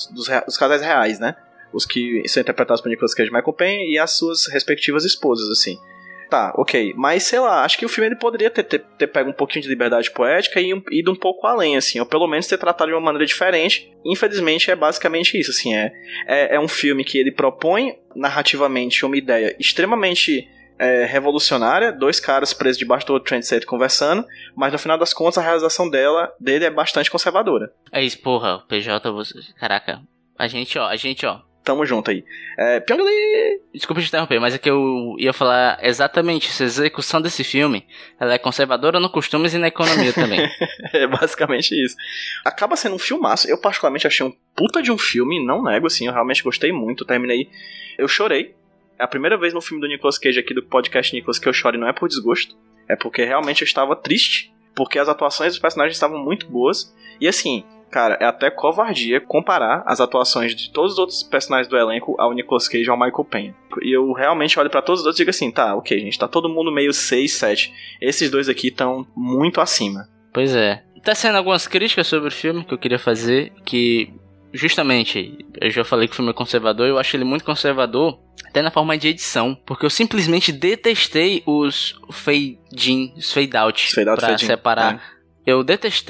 [SPEAKER 5] Os casais reais, né? Os que são interpretados por Nicolas Cage e Michael Peña e as suas respectivas esposas, assim. Tá, ok. Mas, sei lá, acho que o filme ele poderia ter pego um pouquinho de liberdade poética e ido um pouco além, assim. Ou pelo menos ter tratado de uma maneira diferente. Infelizmente, é basicamente isso, assim. É um filme que ele propõe narrativamente uma ideia extremamente revolucionária, dois caras presos debaixo do trend set conversando, mas no final das contas a realização dele é bastante conservadora.
[SPEAKER 4] É isso, porra, PJ, você... Caraca, a gente, ó.
[SPEAKER 5] Tamo junto aí. Pyongyang!
[SPEAKER 4] Desculpa te interromper, mas é que eu ia falar exatamente isso. A execução desse filme, ela é conservadora no costumes e na economia também.
[SPEAKER 5] É basicamente isso. Acaba sendo um filmaço. Eu particularmente achei um puta de um filme, não nego, assim, eu realmente gostei muito, terminei. Eu chorei. É a primeira vez no filme do Nicolas Cage aqui do podcast Nicolas que eu choro e não é por desgosto. É porque realmente eu estava triste. Porque as atuações dos personagens estavam muito boas. E assim, cara, é até covardia comparar as atuações de todos os outros personagens do elenco ao Nicolas Cage e ao Michael Peña. E eu realmente olho pra todos os outros e digo assim, tá, ok, gente, tá todo mundo meio 6, 7. Esses dois aqui estão muito acima.
[SPEAKER 4] Pois é. Tá sendo algumas críticas sobre o filme que eu queria fazer, que justamente, eu já falei que o filme é conservador, eu acho ele muito conservador, até na forma de edição, porque eu simplesmente detestei os fade-in, os fade-out, pra separar. Eu detestei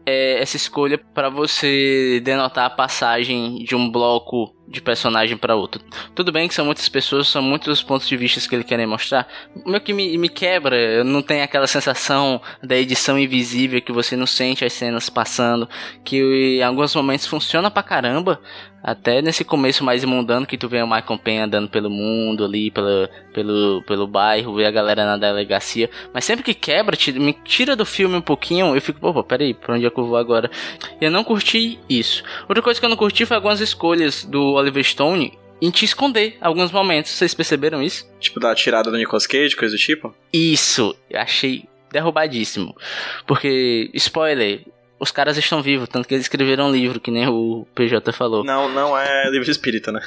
[SPEAKER 4] essa escolha pra você denotar a passagem de um bloco de personagem pra outro. Tudo bem que são muitas pessoas, são muitos pontos de vista que ele quer mostrar. O meu que me quebra, eu não tenho aquela sensação da edição invisível que você não sente as cenas passando, que em alguns momentos funciona pra caramba. Até nesse começo mais mundano que tu vê o Michael Penha andando pelo mundo ali, pelo bairro, vê a galera na delegacia. Mas sempre que quebra, me tira do filme um pouquinho, eu fico, pô, peraí, pra onde é que eu vou agora? E eu não curti isso. Outra coisa que eu não curti foi algumas escolhas do Oliver Stone em te esconder alguns momentos. Vocês perceberam isso?
[SPEAKER 5] Tipo, da tirada do Nicolas Cage, coisa do tipo?
[SPEAKER 4] Isso, eu achei derrubadíssimo. Porque, spoiler... Os caras estão vivos, tanto que eles escreveram um livro, que nem o PJ falou.
[SPEAKER 5] Não é livro espírita, né?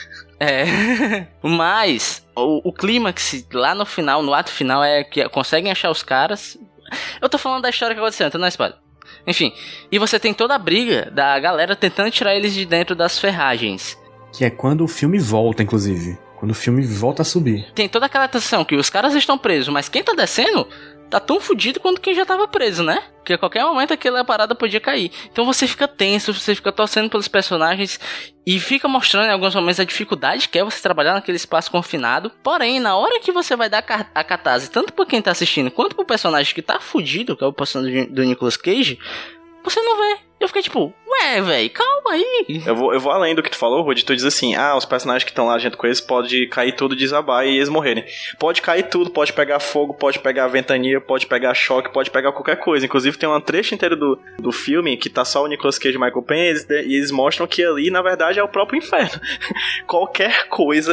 [SPEAKER 4] Mas o clímax lá no final, no ato final, é que conseguem achar os caras. Eu tô falando da história que aconteceu, então não é spoiler. Enfim, e você tem toda a briga da galera tentando tirar eles de dentro das ferragens.
[SPEAKER 6] Que é quando o filme volta, inclusive. Quando o filme volta a subir.
[SPEAKER 4] Tem toda aquela tensão que os caras estão presos, mas quem tá descendo... tá tão fudido quanto quem já tava preso, né? Porque a qualquer momento aquela parada podia cair. Então você fica tenso, você fica torcendo pelos personagens e fica mostrando em alguns momentos a dificuldade que é você trabalhar naquele espaço confinado. Porém, na hora que você vai dar a catarse, tanto pra quem tá assistindo quanto pro personagem que tá fudido, que é o personagem do Nicolas Cage, você não vê. Eu fiquei tipo, ué, velho, calma aí.
[SPEAKER 5] Eu vou além do que tu falou, Rudy. Tu diz assim, os personagens que estão lá junto com eles pode cair tudo, desabar e eles morrerem. Pode cair tudo, pode pegar fogo, pode pegar ventania, pode pegar choque, pode pegar qualquer coisa. Inclusive tem uma trecho inteira do filme que tá só o Nicolas Cage e o Michael Penha e eles mostram que ali, na verdade, é o próprio inferno. Qualquer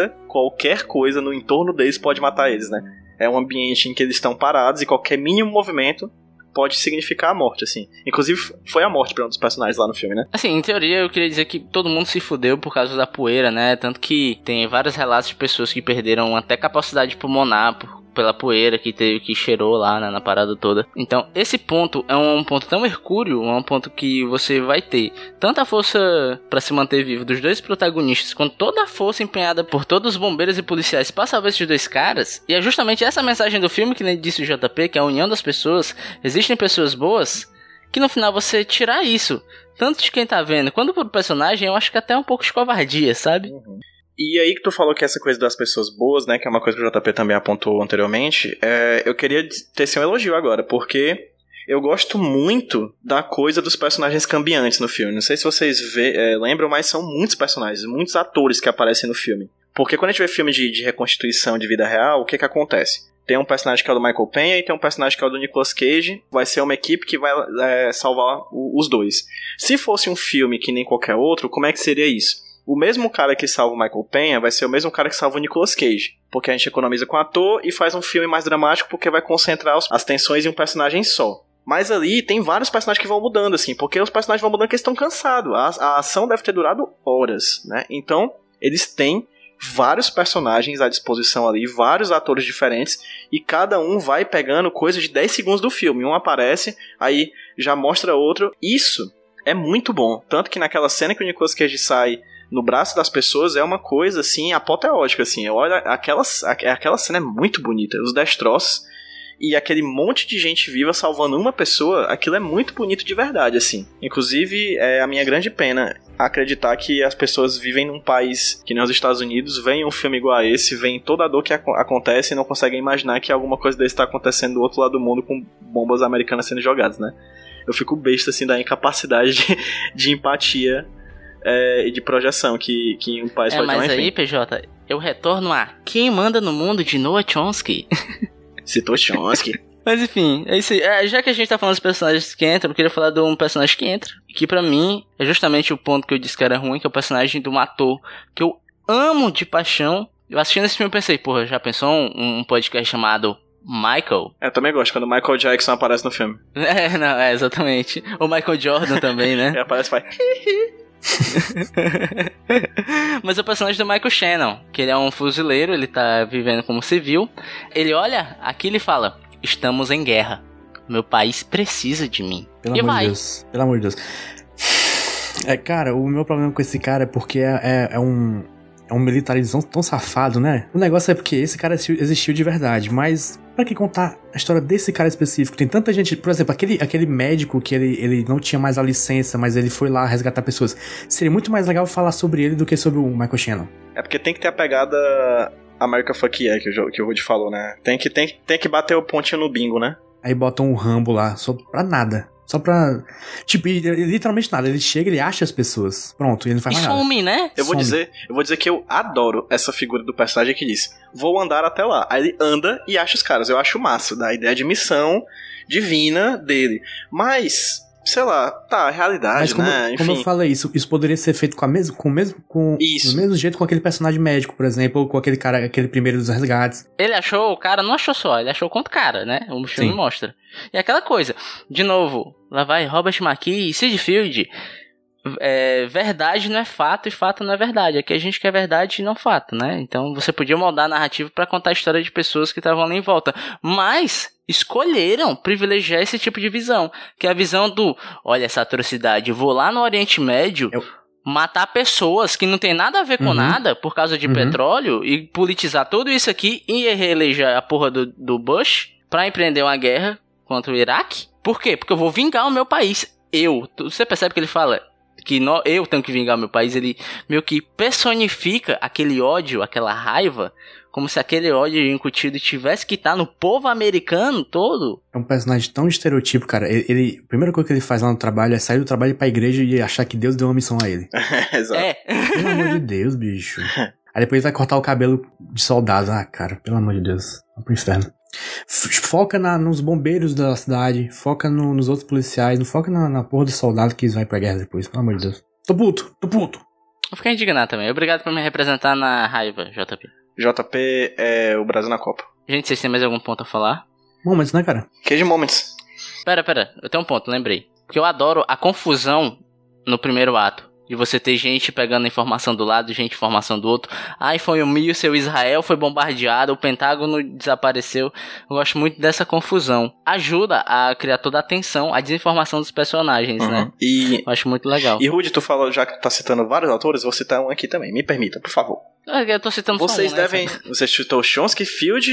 [SPEAKER 5] coisa no entorno deles pode matar eles, né? É um ambiente em que eles estão parados e qualquer mínimo movimento pode significar a morte, assim. Inclusive, foi a morte pra um dos personagens lá no filme, né?
[SPEAKER 4] Assim, em teoria, eu queria dizer que todo mundo se fudeu por causa da poeira, né? Tanto que tem vários relatos de pessoas que perderam até capacidade pulmonar pela poeira que cheirou lá, né, na parada toda. Então, esse ponto é um ponto tão mercúrio, é um ponto que você vai ter tanto a força pra se manter vivo dos dois protagonistas, quanto toda a força empenhada por todos os bombeiros e policiais pra salvar esses dois caras. E é justamente essa mensagem do filme que nem disse o JP, que é a união das pessoas. Existem pessoas boas, que no final você tirar isso, tanto de quem tá vendo, quanto pro personagem, eu acho que até um pouco de covardia, sabe?
[SPEAKER 5] Uhum. E aí que tu falou que essa coisa das pessoas boas, né, que é uma coisa que o JP também apontou anteriormente, eu queria tecer um elogio agora, porque eu gosto muito da coisa dos personagens cambiantes no filme. Não sei se vocês lembram, mas são muitos personagens, muitos atores que aparecem no filme. Porque quando a gente vê filme de reconstituição de vida real, o que acontece? Tem um personagem que é o do Michael Penha e tem um personagem que é o do Nicolas Cage. Vai ser uma equipe que vai salvar os dois. Se fosse um filme que nem qualquer outro, como é que seria isso? O mesmo cara que salva o Michael Penha vai ser o mesmo cara que salva o Nicolas Cage. Porque a gente economiza com o ator e faz um filme mais dramático porque vai concentrar as tensões em um personagem só. Mas ali tem vários personagens que vão mudando, assim, porque os personagens vão mudando porque eles estão cansados. A ação deve ter durado horas, né? Então, eles têm vários personagens à disposição ali, vários atores diferentes, e cada um vai pegando coisa de 10 segundos do filme. Um aparece, aí já mostra outro. Isso é muito bom. Tanto que naquela cena que o Nicolas Cage sai no braço das pessoas, é uma coisa, assim, apoteótica, assim. Olha, aquela cena é muito bonita. Os destroços e aquele monte de gente viva salvando uma pessoa, aquilo é muito bonito de verdade, assim. Inclusive, é a minha grande pena acreditar que as pessoas vivem num país que nem os Estados Unidos, veem um filme igual a esse, veem toda a dor que acontece e não conseguem imaginar que alguma coisa desse está acontecendo do outro lado do mundo com bombas americanas sendo jogadas, né? Eu fico besta, assim, da incapacidade de empatia e de projeção que um país pode ter.
[SPEAKER 4] Mas aí, PJ, eu retorno a quem manda no mundo de Noah Chomsky.
[SPEAKER 5] Citou Chomsky.
[SPEAKER 4] Mas enfim, é isso aí. Já que a gente tá falando dos personagens que entram, eu queria falar de um personagem que entra, que pra mim é justamente o ponto que eu disse que era ruim, que é o personagem de um ator que eu amo de paixão. Eu assistindo esse filme pensei, porra, já pensou um podcast chamado Michael?
[SPEAKER 5] Eu também gosto quando o Michael Jackson aparece no filme.
[SPEAKER 4] Exatamente. O Michael Jordan também, né?
[SPEAKER 5] Ele aparece e faz...
[SPEAKER 4] Mas o personagem do Michael Shannon, que ele é um fuzileiro, ele tá vivendo como civil. Ele olha aquilo e fala: estamos em guerra, meu país precisa de mim.
[SPEAKER 6] Pelo amor de Deus. Pelo amor de Deus. Cara, o meu problema com esse cara é porque é um militarizão tão safado, né? O negócio é porque esse cara existiu de verdade, mas Pra que contar a história desse cara específico? Tem tanta gente... Por exemplo, aquele médico que ele não tinha mais a licença, mas ele foi lá resgatar pessoas. Seria muito mais legal falar sobre ele do que sobre o Michael Shannon.
[SPEAKER 5] É porque tem que ter a pegada America Fuck Yeah, que o Rudy falou, né? Tem que bater o pontinho no bingo, né?
[SPEAKER 6] Aí botam um Rambo lá, só pra nada. Só pra... Tipo, literalmente nada. Ele chega, ele acha as pessoas. Pronto, e ele não faz
[SPEAKER 4] e
[SPEAKER 6] mais nada.
[SPEAKER 4] some, né?
[SPEAKER 5] Eu vou dizer que eu adoro essa figura do personagem que diz: vou andar até lá. Aí ele anda e acha os caras. Eu acho massa, da ideia de missão divina dele. Mas, sei lá, tá, a realidade,
[SPEAKER 6] mas
[SPEAKER 5] né? Enfim.
[SPEAKER 6] Como eu falei, isso poderia ser feito do mesmo jeito com aquele personagem médico, por exemplo, ou com aquele cara, aquele primeiro dos resgates.
[SPEAKER 4] Ele achou, o cara não achou só, ele achou quanto cara, né? O filme
[SPEAKER 6] Sim.
[SPEAKER 4] mostra. E aquela coisa, de novo, lá vai Robert McKee e Sid Field. Verdade não é fato e fato não é verdade. Aqui a gente quer verdade e não fato, né? Então você podia moldar a narrativa pra contar a história de pessoas que estavam ali em volta. Mas escolheram privilegiar esse tipo de visão, que é a visão do, olha essa atrocidade, eu vou lá no Oriente Médio matar pessoas que não tem nada a ver com nada por causa de petróleo e politizar tudo isso aqui e reeleger a porra do Bush pra empreender uma guerra contra o Iraque. Por quê? Porque eu vou vingar o meu país. Você percebe que ele fala que eu tenho que vingar o meu país. Ele meio que personifica aquele ódio, aquela raiva, como se aquele ódio incutido tivesse que estar no povo americano todo.
[SPEAKER 6] É um personagem tão estereotipo, cara. A primeira coisa que ele faz lá no trabalho é sair do trabalho e ir pra igreja e achar que Deus deu uma missão a ele.
[SPEAKER 5] Exato.
[SPEAKER 6] Pelo amor de Deus, bicho. Aí depois vai cortar o cabelo de soldado. Ah, cara, pelo amor de Deus. Vai pro inferno. Foca nos bombeiros da cidade. Foca nos outros policiais. Não foca na porra do soldado que vai pra guerra depois. Pelo amor de Deus. Tô puto.
[SPEAKER 4] Eu fiquei indignado também. Obrigado por me representar na raiva, JP.
[SPEAKER 5] JP é o Brasil na Copa.
[SPEAKER 4] Gente, vocês têm mais algum ponto a falar?
[SPEAKER 6] Moments, né, cara?
[SPEAKER 5] Cage Moments.
[SPEAKER 4] Pera. Eu tenho um ponto, lembrei. Porque eu adoro a confusão no primeiro ato. De você ter gente pegando informação do lado, gente informação do outro. Ai, foi um míssil, Israel foi bombardeado, o Pentágono desapareceu. Eu gosto muito dessa confusão. Ajuda a criar toda a tensão, a desinformação dos personagens, né? Eu acho muito legal.
[SPEAKER 5] E Rudy, tu falou, já que tá citando vários autores, vou citar um aqui também. Me permita, por favor.
[SPEAKER 4] Eu tô citando
[SPEAKER 5] Vocês
[SPEAKER 4] só um,
[SPEAKER 5] devem... Né? Você citou Chomsky, Field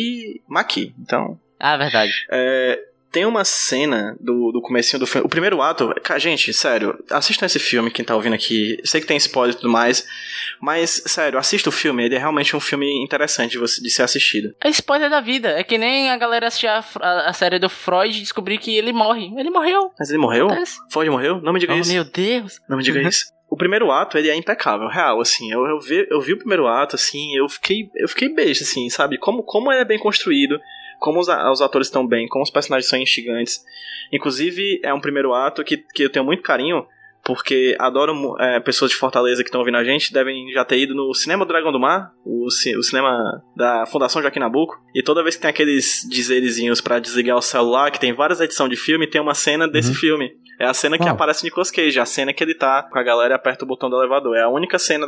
[SPEAKER 5] e McKee. Então...
[SPEAKER 4] Ah, verdade.
[SPEAKER 5] Tem uma cena do comecinho do filme. O primeiro ato... Gente, sério, assistam esse filme, quem tá ouvindo aqui. Sei que tem spoiler e tudo mais, mas, sério, assista o filme. Ele é realmente um filme interessante de ser assistido.
[SPEAKER 4] É spoiler da vida. É que nem a galera assistir a série do Freud e descobrir que ele morre. Ele morreu.
[SPEAKER 5] Mas ele morreu? Freud morreu? Não me diga isso.
[SPEAKER 4] Oh, meu Deus.
[SPEAKER 5] Não me diga isso. O primeiro ato, ele é impecável, real, assim. Eu vi o primeiro ato, assim, eu fiquei beijo, assim, sabe? Como ele é bem construído, como os atores estão bem, como os personagens são instigantes. Inclusive, é um primeiro ato que eu tenho muito carinho, porque adoro pessoas de Fortaleza que estão ouvindo a gente, devem já ter ido no Cinema do Dragão do Mar, o cinema da Fundação Joaquim Nabuco, e toda vez que tem aqueles dizerezinhos pra desligar o celular, que tem várias edições de filme, tem uma cena desse filme. É a cena que aparece Nicolas Cage, a cena que ele tá com a galera e aperta o botão do elevador. É a única cena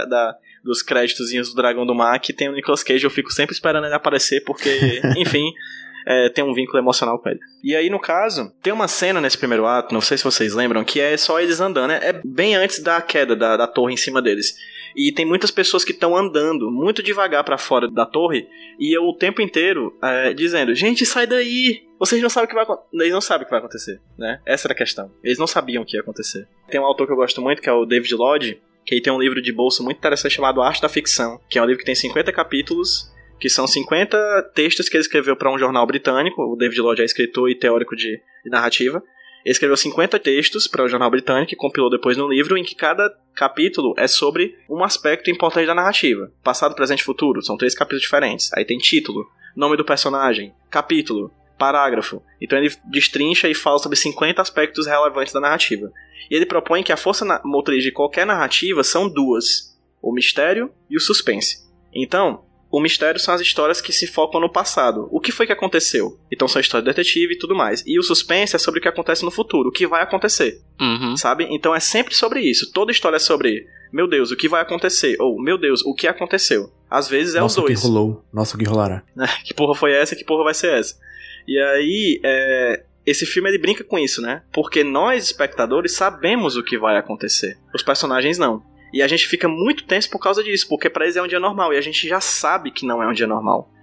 [SPEAKER 5] dos créditozinhos do Dragão do Mar que tem o Nicolas Cage. Eu fico sempre esperando ele aparecer porque, enfim, tem um vínculo emocional com ele. E aí, no caso, tem uma cena nesse primeiro ato, não sei se vocês lembram, que é só eles andando, né? É bem antes da queda da torre em cima deles. E tem muitas pessoas que estão andando muito devagar pra fora da torre e eu o tempo inteiro dizendo, gente, sai daí! Vocês não sabem o que vai acontecer. Eles não sabem o que vai acontecer, né? Essa era a questão. Eles não sabiam o que ia acontecer. Tem um autor que eu gosto muito, que é o David Lodge, que ele tem um livro de bolso muito interessante chamado Arte da Ficção, que é um livro que tem 50 capítulos, que são 50 textos que ele escreveu para um jornal britânico. O David Lodge é escritor e teórico de narrativa. Ele escreveu 50 textos para o jornal britânico e compilou depois no livro, em que cada capítulo é sobre um aspecto importante da narrativa. Passado, presente e futuro. São 3 capítulos diferentes. Aí tem título, nome do personagem, capítulo, parágrafo. Então ele destrincha e fala sobre 50 aspectos relevantes da narrativa. E ele propõe que a força motriz de qualquer narrativa são 2. O mistério e o suspense. Então, o mistério são as histórias que se focam no passado. O que foi que aconteceu? Então são histórias de detetive e tudo mais. E o suspense é sobre o que acontece no futuro. O que vai acontecer. Sabe? Então é sempre sobre isso. Toda história é sobre, meu Deus, o que vai acontecer? Ou, meu Deus, o que aconteceu? Às vezes é os dois.
[SPEAKER 6] Nossa, o que rolou. Nossa, o que rolará.
[SPEAKER 5] Que porra foi essa? Que porra vai ser essa? E aí, esse filme ele brinca com isso, né? Porque nós, espectadores, sabemos o que vai acontecer. Os personagens não. E a gente fica muito tenso por causa disso, porque pra eles é um dia normal, e a gente já sabe que não é um dia normal.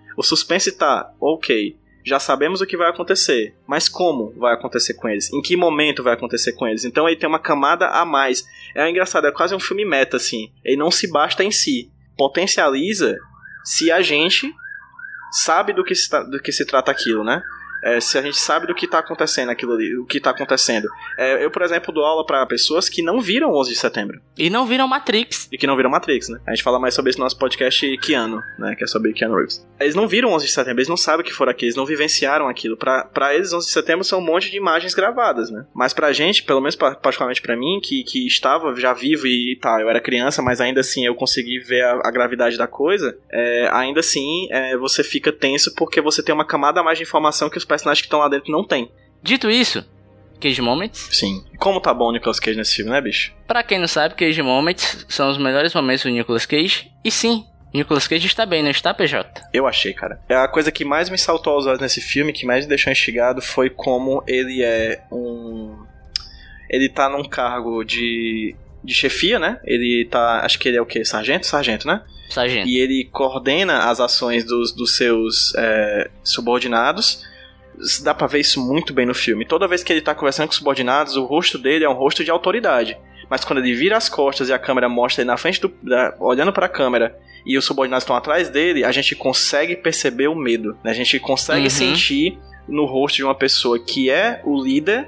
[SPEAKER 5] O suspense tá, ok, já sabemos o que vai acontecer, mas como vai acontecer com eles? Em que momento vai acontecer com eles? Então ele tem uma camada a mais. É engraçado, é quase um filme meta, assim. Ele não se basta em si. Potencializa se a gente sabe do que se trata aquilo, né? Se a gente sabe do que tá acontecendo aquilo ali, o que tá acontecendo. Eu, por exemplo, dou aula pra pessoas que não viram 11 de setembro.
[SPEAKER 4] E não viram Matrix.
[SPEAKER 5] E que não viram Matrix, né? A gente fala mais sobre esse nosso podcast Keanu, né? Que é sobre Keanu Reeves. Eles não viram 11 de setembro, eles não sabem o que for aquilo, eles não vivenciaram aquilo. Pra eles, 11 de setembro são um monte de imagens gravadas, né? Mas pra gente, pelo menos particularmente pra mim, que estava já vivo e tá, eu era criança, mas ainda assim eu consegui ver a gravidade da coisa, ainda assim você fica tenso porque você tem uma camada a mais de informação que os personagens que estão lá dentro não têm.
[SPEAKER 4] Dito isso, Cage Moments.
[SPEAKER 5] Sim. Como tá bom o Nicolas Cage nesse filme, né, bicho?
[SPEAKER 4] Pra quem não sabe, Cage Moments são os melhores momentos do Nicolas Cage. E sim, Nicolas Cage está bem, não está, PJ?
[SPEAKER 5] Eu achei, cara. A coisa que mais me saltou aos olhos nesse filme, que mais me deixou instigado, foi como ele ele tá num cargo de chefia, né? Ele tá... Acho que ele é o quê? Sargento? Sargento, né?
[SPEAKER 4] Sargento.
[SPEAKER 5] E ele coordena as ações dos seus subordinados. Dá pra ver isso muito bem no filme. Toda vez que ele tá conversando com os subordinados, o rosto dele é um rosto de autoridade. Mas quando ele vira as costas e a câmera mostra ele na frente olhando pra câmera, e os subordinados estão atrás dele, a gente consegue perceber o medo, né? A gente consegue sentir no rosto de uma pessoa que é o líder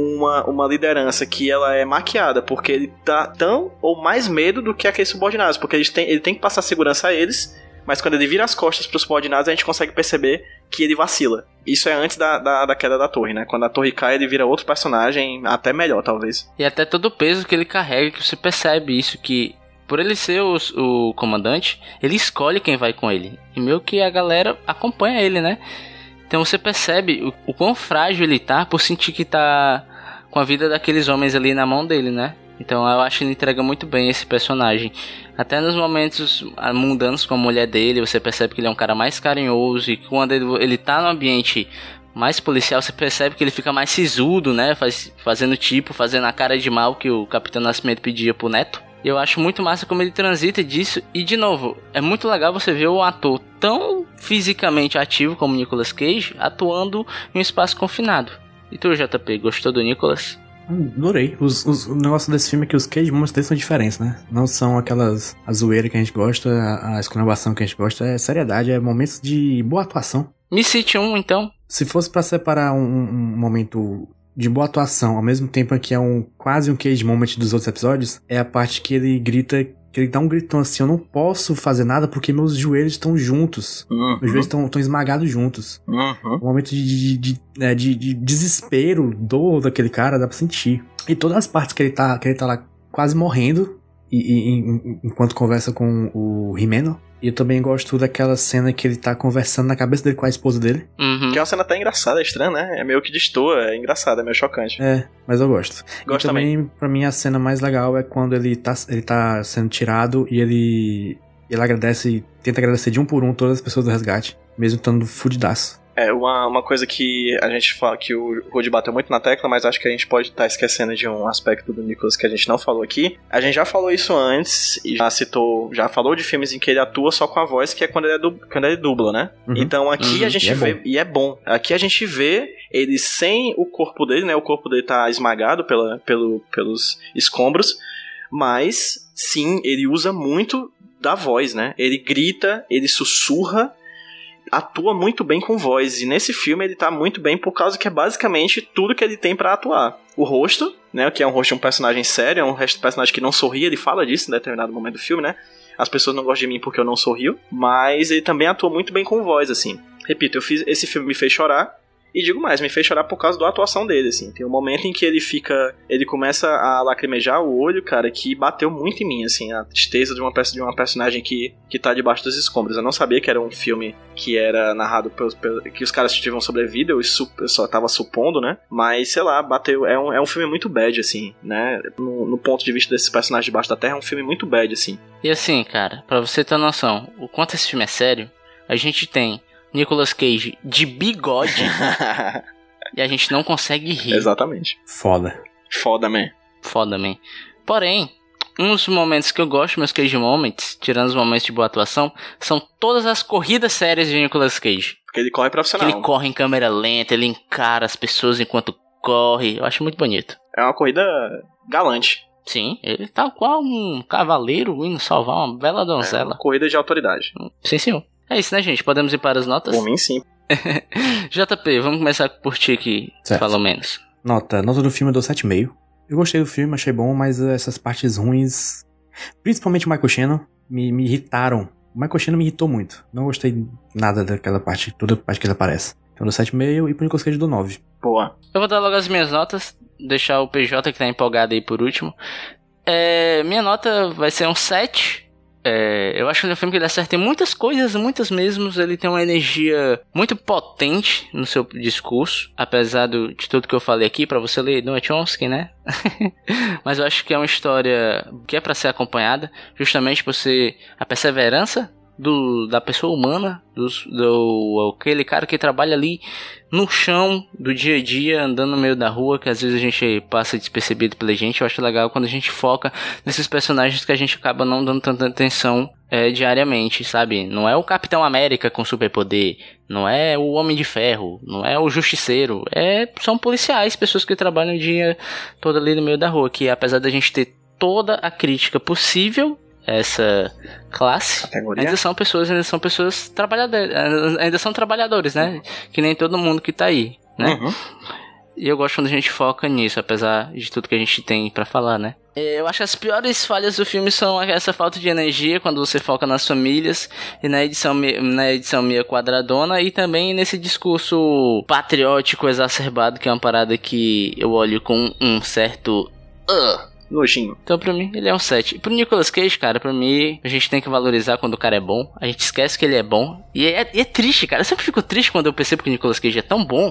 [SPEAKER 5] uma liderança que ela é maquiada, porque ele tá tão ou mais medo do que aqueles subordinados, porque ele tem que passar segurança a eles, mas quando ele vira as costas pros subordinados, a gente consegue perceber que ele vacila. Isso é antes da queda da torre, né? Quando a torre cai, ele vira outro personagem, até melhor, talvez.
[SPEAKER 4] E até todo o peso que ele carrega, que você percebe isso, que por ele ser o comandante, ele escolhe quem vai com ele. E meio que a galera acompanha ele, né? Então você percebe o quão frágil ele tá por sentir que tá com a vida daqueles homens ali na mão dele, né? Então eu acho que ele entrega muito bem esse personagem. Até nos momentos mundanos com a mulher dele, você percebe que ele é um cara mais carinhoso. E quando ele tá no ambiente mais policial, você percebe que ele fica mais sisudo, né? Fazendo a cara de mal que o Capitão Nascimento pedia pro Neto. Eu acho muito massa como ele transita disso. E de novo, é muito legal você ver um ator tão fisicamente ativo como Nicolas Cage atuando em um espaço confinado. E tu, JP, gostou do Nicolas?
[SPEAKER 6] Adorei. O negócio desse filme é que os Cage Moments deles são diferentes, né? Não são aquelas a zoeira que a gente gosta, a exclamação que a gente gosta. É seriedade, é momentos de boa atuação.
[SPEAKER 4] Me cite um, então.
[SPEAKER 6] Se fosse pra separar um momento de boa atuação, ao mesmo tempo que é quase um Cage Moment dos outros episódios, é a parte que ele grita, que ele dá um gritão assim: eu não posso fazer nada porque meus joelhos estão juntos. Meus joelhos estão esmagados juntos. Um momento de desespero, dor daquele cara, dá pra sentir. E todas as partes que ele tá lá quase morrendo, enquanto conversa com o Jimeno. E eu também gosto daquela cena que ele tá conversando na cabeça dele com a esposa dele.
[SPEAKER 5] Que é uma cena até engraçada, estranha, né? É meio que destoa, é engraçado, é meio chocante.
[SPEAKER 6] É, mas eu gosto.
[SPEAKER 5] Gosto
[SPEAKER 6] e também, pra mim, a cena mais legal é quando ele tá sendo tirado e ele tenta agradecer de um por um todas as pessoas do resgate, mesmo estando fudidaço.
[SPEAKER 5] É uma coisa que a gente fala, que o Rudy bateu muito na tecla, mas acho que a gente pode estar esquecendo de um aspecto do Nicolas que a gente não falou aqui. A gente já falou isso antes e já falou de filmes em que ele atua só com a voz, que é quando ele dubla, né? Então aqui a gente vê, e é bom. Aqui a gente vê ele sem o corpo dele, né? O corpo dele tá esmagado pelos escombros, mas sim, ele usa muito da voz, né? Ele grita, ele sussurra, atua muito bem com voz, e nesse filme ele tá muito bem por causa que é basicamente tudo que ele tem pra atuar. O rosto, né, que é um rosto de um personagem sério, é um personagem que não sorri, ele fala disso em determinado momento do filme, né? As pessoas não gostam de mim porque eu não sorrio, mas ele também atua muito bem com voz, assim. Repito, esse filme me fez chorar, e digo mais, me fez chorar por causa da atuação dele, assim. Tem um momento em que ele começa a lacrimejar o olho, cara, que bateu muito em mim, assim, a tristeza de uma personagem que tá debaixo dos escombros. Eu não sabia que era um filme que era narrado que os caras tiveram sobrevivido, eu só tava supondo, né? Mas, sei lá, bateu, é um filme muito bad, assim, né? No ponto de vista desses personagens debaixo da terra, é um filme muito bad, assim.
[SPEAKER 4] E assim, cara, pra você ter noção, o quanto esse filme é sério, a gente tem Nicolas Cage de bigode e a gente não consegue rir.
[SPEAKER 5] Exatamente.
[SPEAKER 6] Foda,
[SPEAKER 5] man.
[SPEAKER 4] Porém, uns momentos que eu gosto, meus Cage Moments, tirando os momentos de boa atuação, são todas as corridas sérias de Nicolas Cage.
[SPEAKER 5] Porque ele corre profissional.
[SPEAKER 4] Que ele corre em câmera lenta, ele encara as pessoas enquanto corre. Eu acho muito bonito.
[SPEAKER 5] É uma corrida galante.
[SPEAKER 4] Sim, ele tá qual um cavaleiro indo salvar uma bela donzela.
[SPEAKER 5] É uma corrida de autoridade.
[SPEAKER 4] Sim, senhor. É isso, né, gente? Podemos ir para as notas?
[SPEAKER 5] Por mim, sim.
[SPEAKER 4] JP, vamos começar por ti que falou menos.
[SPEAKER 6] Nota do filme eu dou 7,5. Eu gostei do filme, achei bom, mas essas partes ruins, principalmente o Michael Shannon, me irritaram. O Michael Shannon me irritou muito. Não gostei nada daquela parte, toda a parte que ele aparece. Então eu dou 7,5 e pro Nicolas Cage eu dou 9.
[SPEAKER 5] Boa.
[SPEAKER 4] Eu vou dar logo as minhas notas, deixar o PJ que tá empolgado aí por último. Minha nota vai ser um 7. Eu acho que ele é um filme que ele acerta em muitas coisas, muitas mesmo. Ele tem uma energia muito potente no seu discurso, apesar de tudo que eu falei aqui pra você ler, não é Chomsky, né? Mas eu acho que é uma história que é pra ser acompanhada, justamente por ser a perseverança da pessoa humana, aquele cara que trabalha ali no chão do dia a dia, andando no meio da rua, que às vezes a gente passa despercebido pela gente. Eu acho legal quando a gente foca nesses personagens que a gente acaba não dando tanta atenção diariamente, sabe? Não é o Capitão América com superpoder, não é o Homem de Ferro, não é o Justiceiro, são policiais, pessoas que trabalham o dia todo ali no meio da rua, que apesar da gente ter toda a crítica possível essa classe, ainda são pessoas trabalhadoras, ainda são trabalhadores, né? Que nem todo mundo que tá aí, né?
[SPEAKER 5] Uhum.
[SPEAKER 4] E eu gosto quando a gente foca nisso, apesar de tudo que a gente tem pra falar, né? Eu acho que as piores falhas do filme são essa falta de energia quando você foca nas famílias e na edição meio quadradona, e também nesse discurso patriótico exacerbado, que é uma parada que eu olho com um certo
[SPEAKER 5] nojinho.
[SPEAKER 4] Então pra mim ele é um 7. Pro Nicolas Cage, cara, pra mim a gente tem que valorizar quando o cara é bom. A gente esquece que ele é bom. E é triste, cara. Eu sempre fico triste quando eu percebo que o Nicolas Cage é tão bom.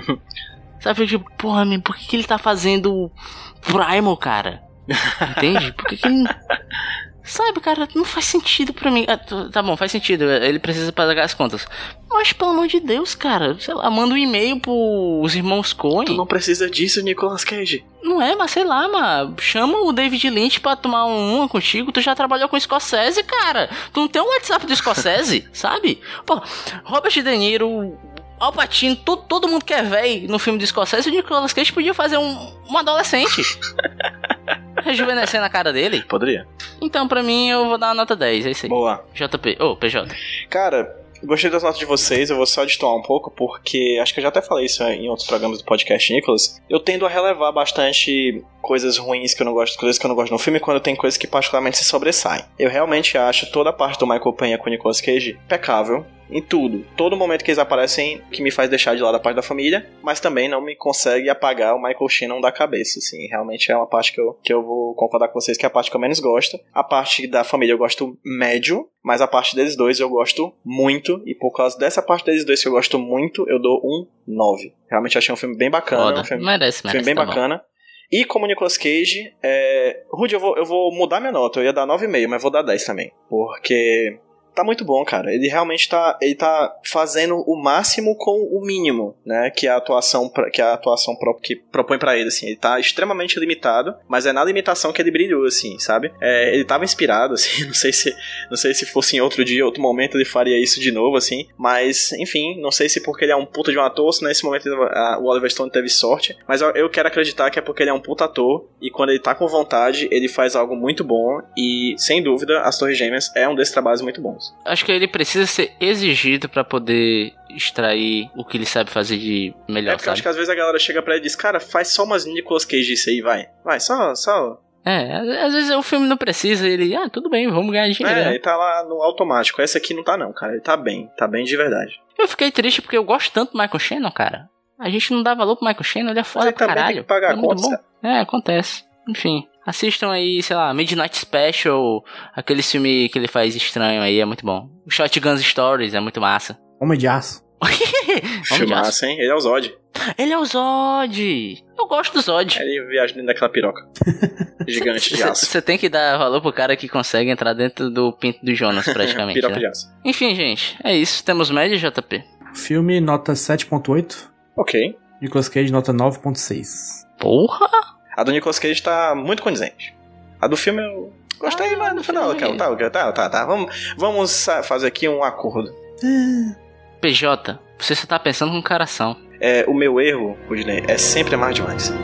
[SPEAKER 4] Sabe, tipo, porra, man, por que ele tá fazendo Primal, cara? Entende? Por que ele... Sabe, cara, não faz sentido pra mim. Tá bom, faz sentido, ele precisa pagar as contas. Mas, pelo amor de Deus, cara, sei lá, manda um e-mail pros irmãos Coen.
[SPEAKER 5] Tu não precisa disso, Nicolas Cage.
[SPEAKER 4] Não é, mas sei lá, mano. Chama o David Lynch pra tomar uma contigo. Tu já trabalhou com o Scorsese, cara. Tu não tem um WhatsApp do Scorsese, sabe? Pô, Robert De Niro, Al Pacino, todo mundo que é velho no filme do Scorsese, o Nicolas Cage podia fazer um adolescente. Rejuvenescendo a cara dele.
[SPEAKER 5] Poderia.
[SPEAKER 4] Então, pra mim, eu vou dar uma nota 10, é isso aí.
[SPEAKER 5] Boa.
[SPEAKER 4] JP, PJ.
[SPEAKER 5] Cara, gostei das notas de vocês, eu vou só destoar um pouco, porque acho que eu já até falei isso em outros programas do podcast, Nicolas. Eu tendo a relevar bastante coisas ruins que eu não gosto, coisas que eu não gosto no filme, quando tem coisas que particularmente se sobressaem. Eu realmente acho toda a parte do Michael Peña com o Nicolas Cage impecável. Em tudo. Todo momento que eles aparecem que me faz deixar de lado a parte da família, mas também não me consegue apagar o Michael Shannon da cabeça, assim. Realmente é uma parte que eu vou concordar com vocês que é a parte que eu menos gosto. A parte da família eu gosto médio, mas a parte deles dois eu gosto muito, e por causa dessa parte deles dois que eu gosto muito, eu dou um 9. Realmente achei um filme bem bacana. Um filme bem
[SPEAKER 4] tá
[SPEAKER 5] bacana. Bom. E como Nicolas Cage, Rudy, eu vou mudar minha nota, eu ia dar 9,5, mas vou dar 10 também, porque... Tá muito bom, cara. Ele realmente tá fazendo o máximo com o mínimo, né? Que a atuação que propõe pra ele, assim. Ele tá extremamente limitado, mas é na limitação que ele brilhou, assim, sabe? Ele tava inspirado, assim. Não sei se fosse em outro dia, outro momento ele faria isso de novo, assim. Mas, enfim, não sei se porque ele é um puta de um ator, se nesse momento o Oliver Stone teve sorte. Mas eu quero acreditar que é porque ele é um puta ator, e quando ele tá com vontade, ele faz algo muito bom. E, sem dúvida, As Torres Gêmeas é um desses trabalhos muito bons.
[SPEAKER 4] Acho que ele precisa ser exigido pra poder extrair o que ele sabe fazer de melhor,
[SPEAKER 5] porque eu acho que às vezes a galera chega pra ele e diz, cara, faz só umas Nicolas Cage isso aí, vai, só...
[SPEAKER 4] Às vezes o filme não precisa, ele, tudo bem, vamos ganhar dinheiro.
[SPEAKER 5] Ele tá lá no automático, esse aqui não tá não, cara, ele tá bem de verdade.
[SPEAKER 4] Eu fiquei triste porque eu gosto tanto do Michael Shannon, cara. A gente não dá valor pro Michael Shannon, ele é foda pra caralho.
[SPEAKER 5] Tem que pagar a conta.
[SPEAKER 4] Acontece, enfim. Assistam aí, sei lá, Midnight Special, aquele filme que ele faz estranho aí, é muito bom. Shotgun Stories é muito massa.
[SPEAKER 6] Homem de Aço.
[SPEAKER 5] Filmaço, hein? Ele é o Zod.
[SPEAKER 4] Ele é o Zod. Eu gosto do Zod.
[SPEAKER 5] Ele viaja dentro daquela piroca gigante de aço.
[SPEAKER 4] Você tem que dar valor pro cara que consegue entrar dentro do pinto do Jonas, praticamente.
[SPEAKER 5] Piroca
[SPEAKER 4] né?
[SPEAKER 5] de aço.
[SPEAKER 4] Enfim, gente, é isso. Temos média, JP?
[SPEAKER 6] Filme, nota 7,8.
[SPEAKER 5] Ok.
[SPEAKER 6] Nicolas Cage, nota 9,6.
[SPEAKER 4] Porra!
[SPEAKER 5] A do Nicolas Cage tá muito condizente. A do filme eu gostei, mas no final... Tá. Vamos fazer aqui um acordo.
[SPEAKER 4] PJ, você só tá pensando com coração.
[SPEAKER 5] O meu erro, Rudney, é sempre amar demais.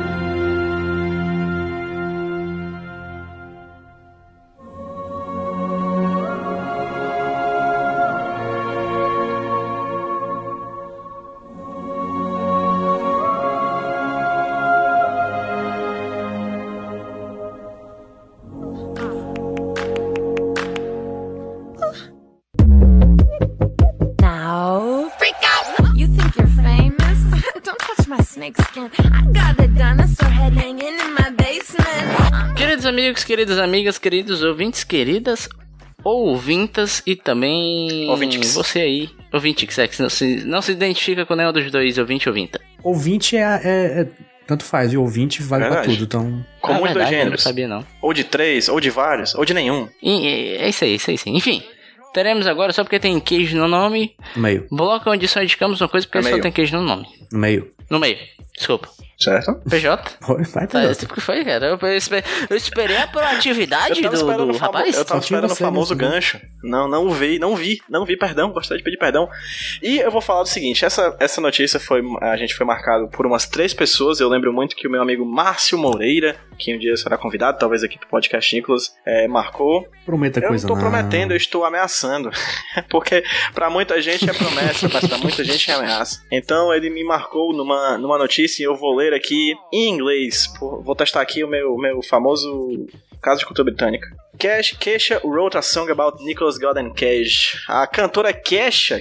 [SPEAKER 4] Queridos amigos, queridas amigas, queridos ouvintes, queridas ouvintas e também
[SPEAKER 5] Ouvintix.
[SPEAKER 4] Você aí, Ouvintix, que não se identifica com nenhum dos dois, ouvinte ou ouvinta.
[SPEAKER 6] Ouvinte tanto faz, e ouvinte vale
[SPEAKER 5] Verdade.
[SPEAKER 6] pra tudo, então...
[SPEAKER 5] Com muitos
[SPEAKER 4] verdade, eu
[SPEAKER 5] gêneros.
[SPEAKER 4] não sabia não.
[SPEAKER 5] Ou de 3, ou de vários, ou de nenhum.
[SPEAKER 4] É isso aí, sim. Enfim, teremos agora, só porque tem queijo no nome,
[SPEAKER 6] Meio.
[SPEAKER 4] bloco onde só indicamos uma coisa porque só
[SPEAKER 5] meio.
[SPEAKER 4] tem queijo no nome.
[SPEAKER 6] Meio.
[SPEAKER 4] No meio, desculpa.
[SPEAKER 5] Certo?
[SPEAKER 4] PJ?
[SPEAKER 6] Vai,
[SPEAKER 4] Tá,
[SPEAKER 6] tá.
[SPEAKER 4] esse que foi, cara? Eu esperei a proatividade do rapaz.
[SPEAKER 5] Eu tava esperando o famoso gancho. Não vi, perdão, gostaria de pedir perdão. E eu vou falar do seguinte, essa notícia a gente foi marcado por umas 3 pessoas. Eu lembro muito que o meu amigo Márcio Moreira, que um dia será convidado, talvez aqui pro podcast Nicolas, marcou.
[SPEAKER 6] Prometa coisa
[SPEAKER 5] Eu não tô
[SPEAKER 6] não.
[SPEAKER 5] prometendo, eu estou ameaçando. Porque pra muita gente é promessa, mas pra muita gente é ameaça. Então ele me marcou numa notícia e eu vou ler aqui em inglês. Vou testar aqui o meu famoso caso de cultura britânica. Kesha wrote a song about Nicholas Gordon Cage. A cantora Kesha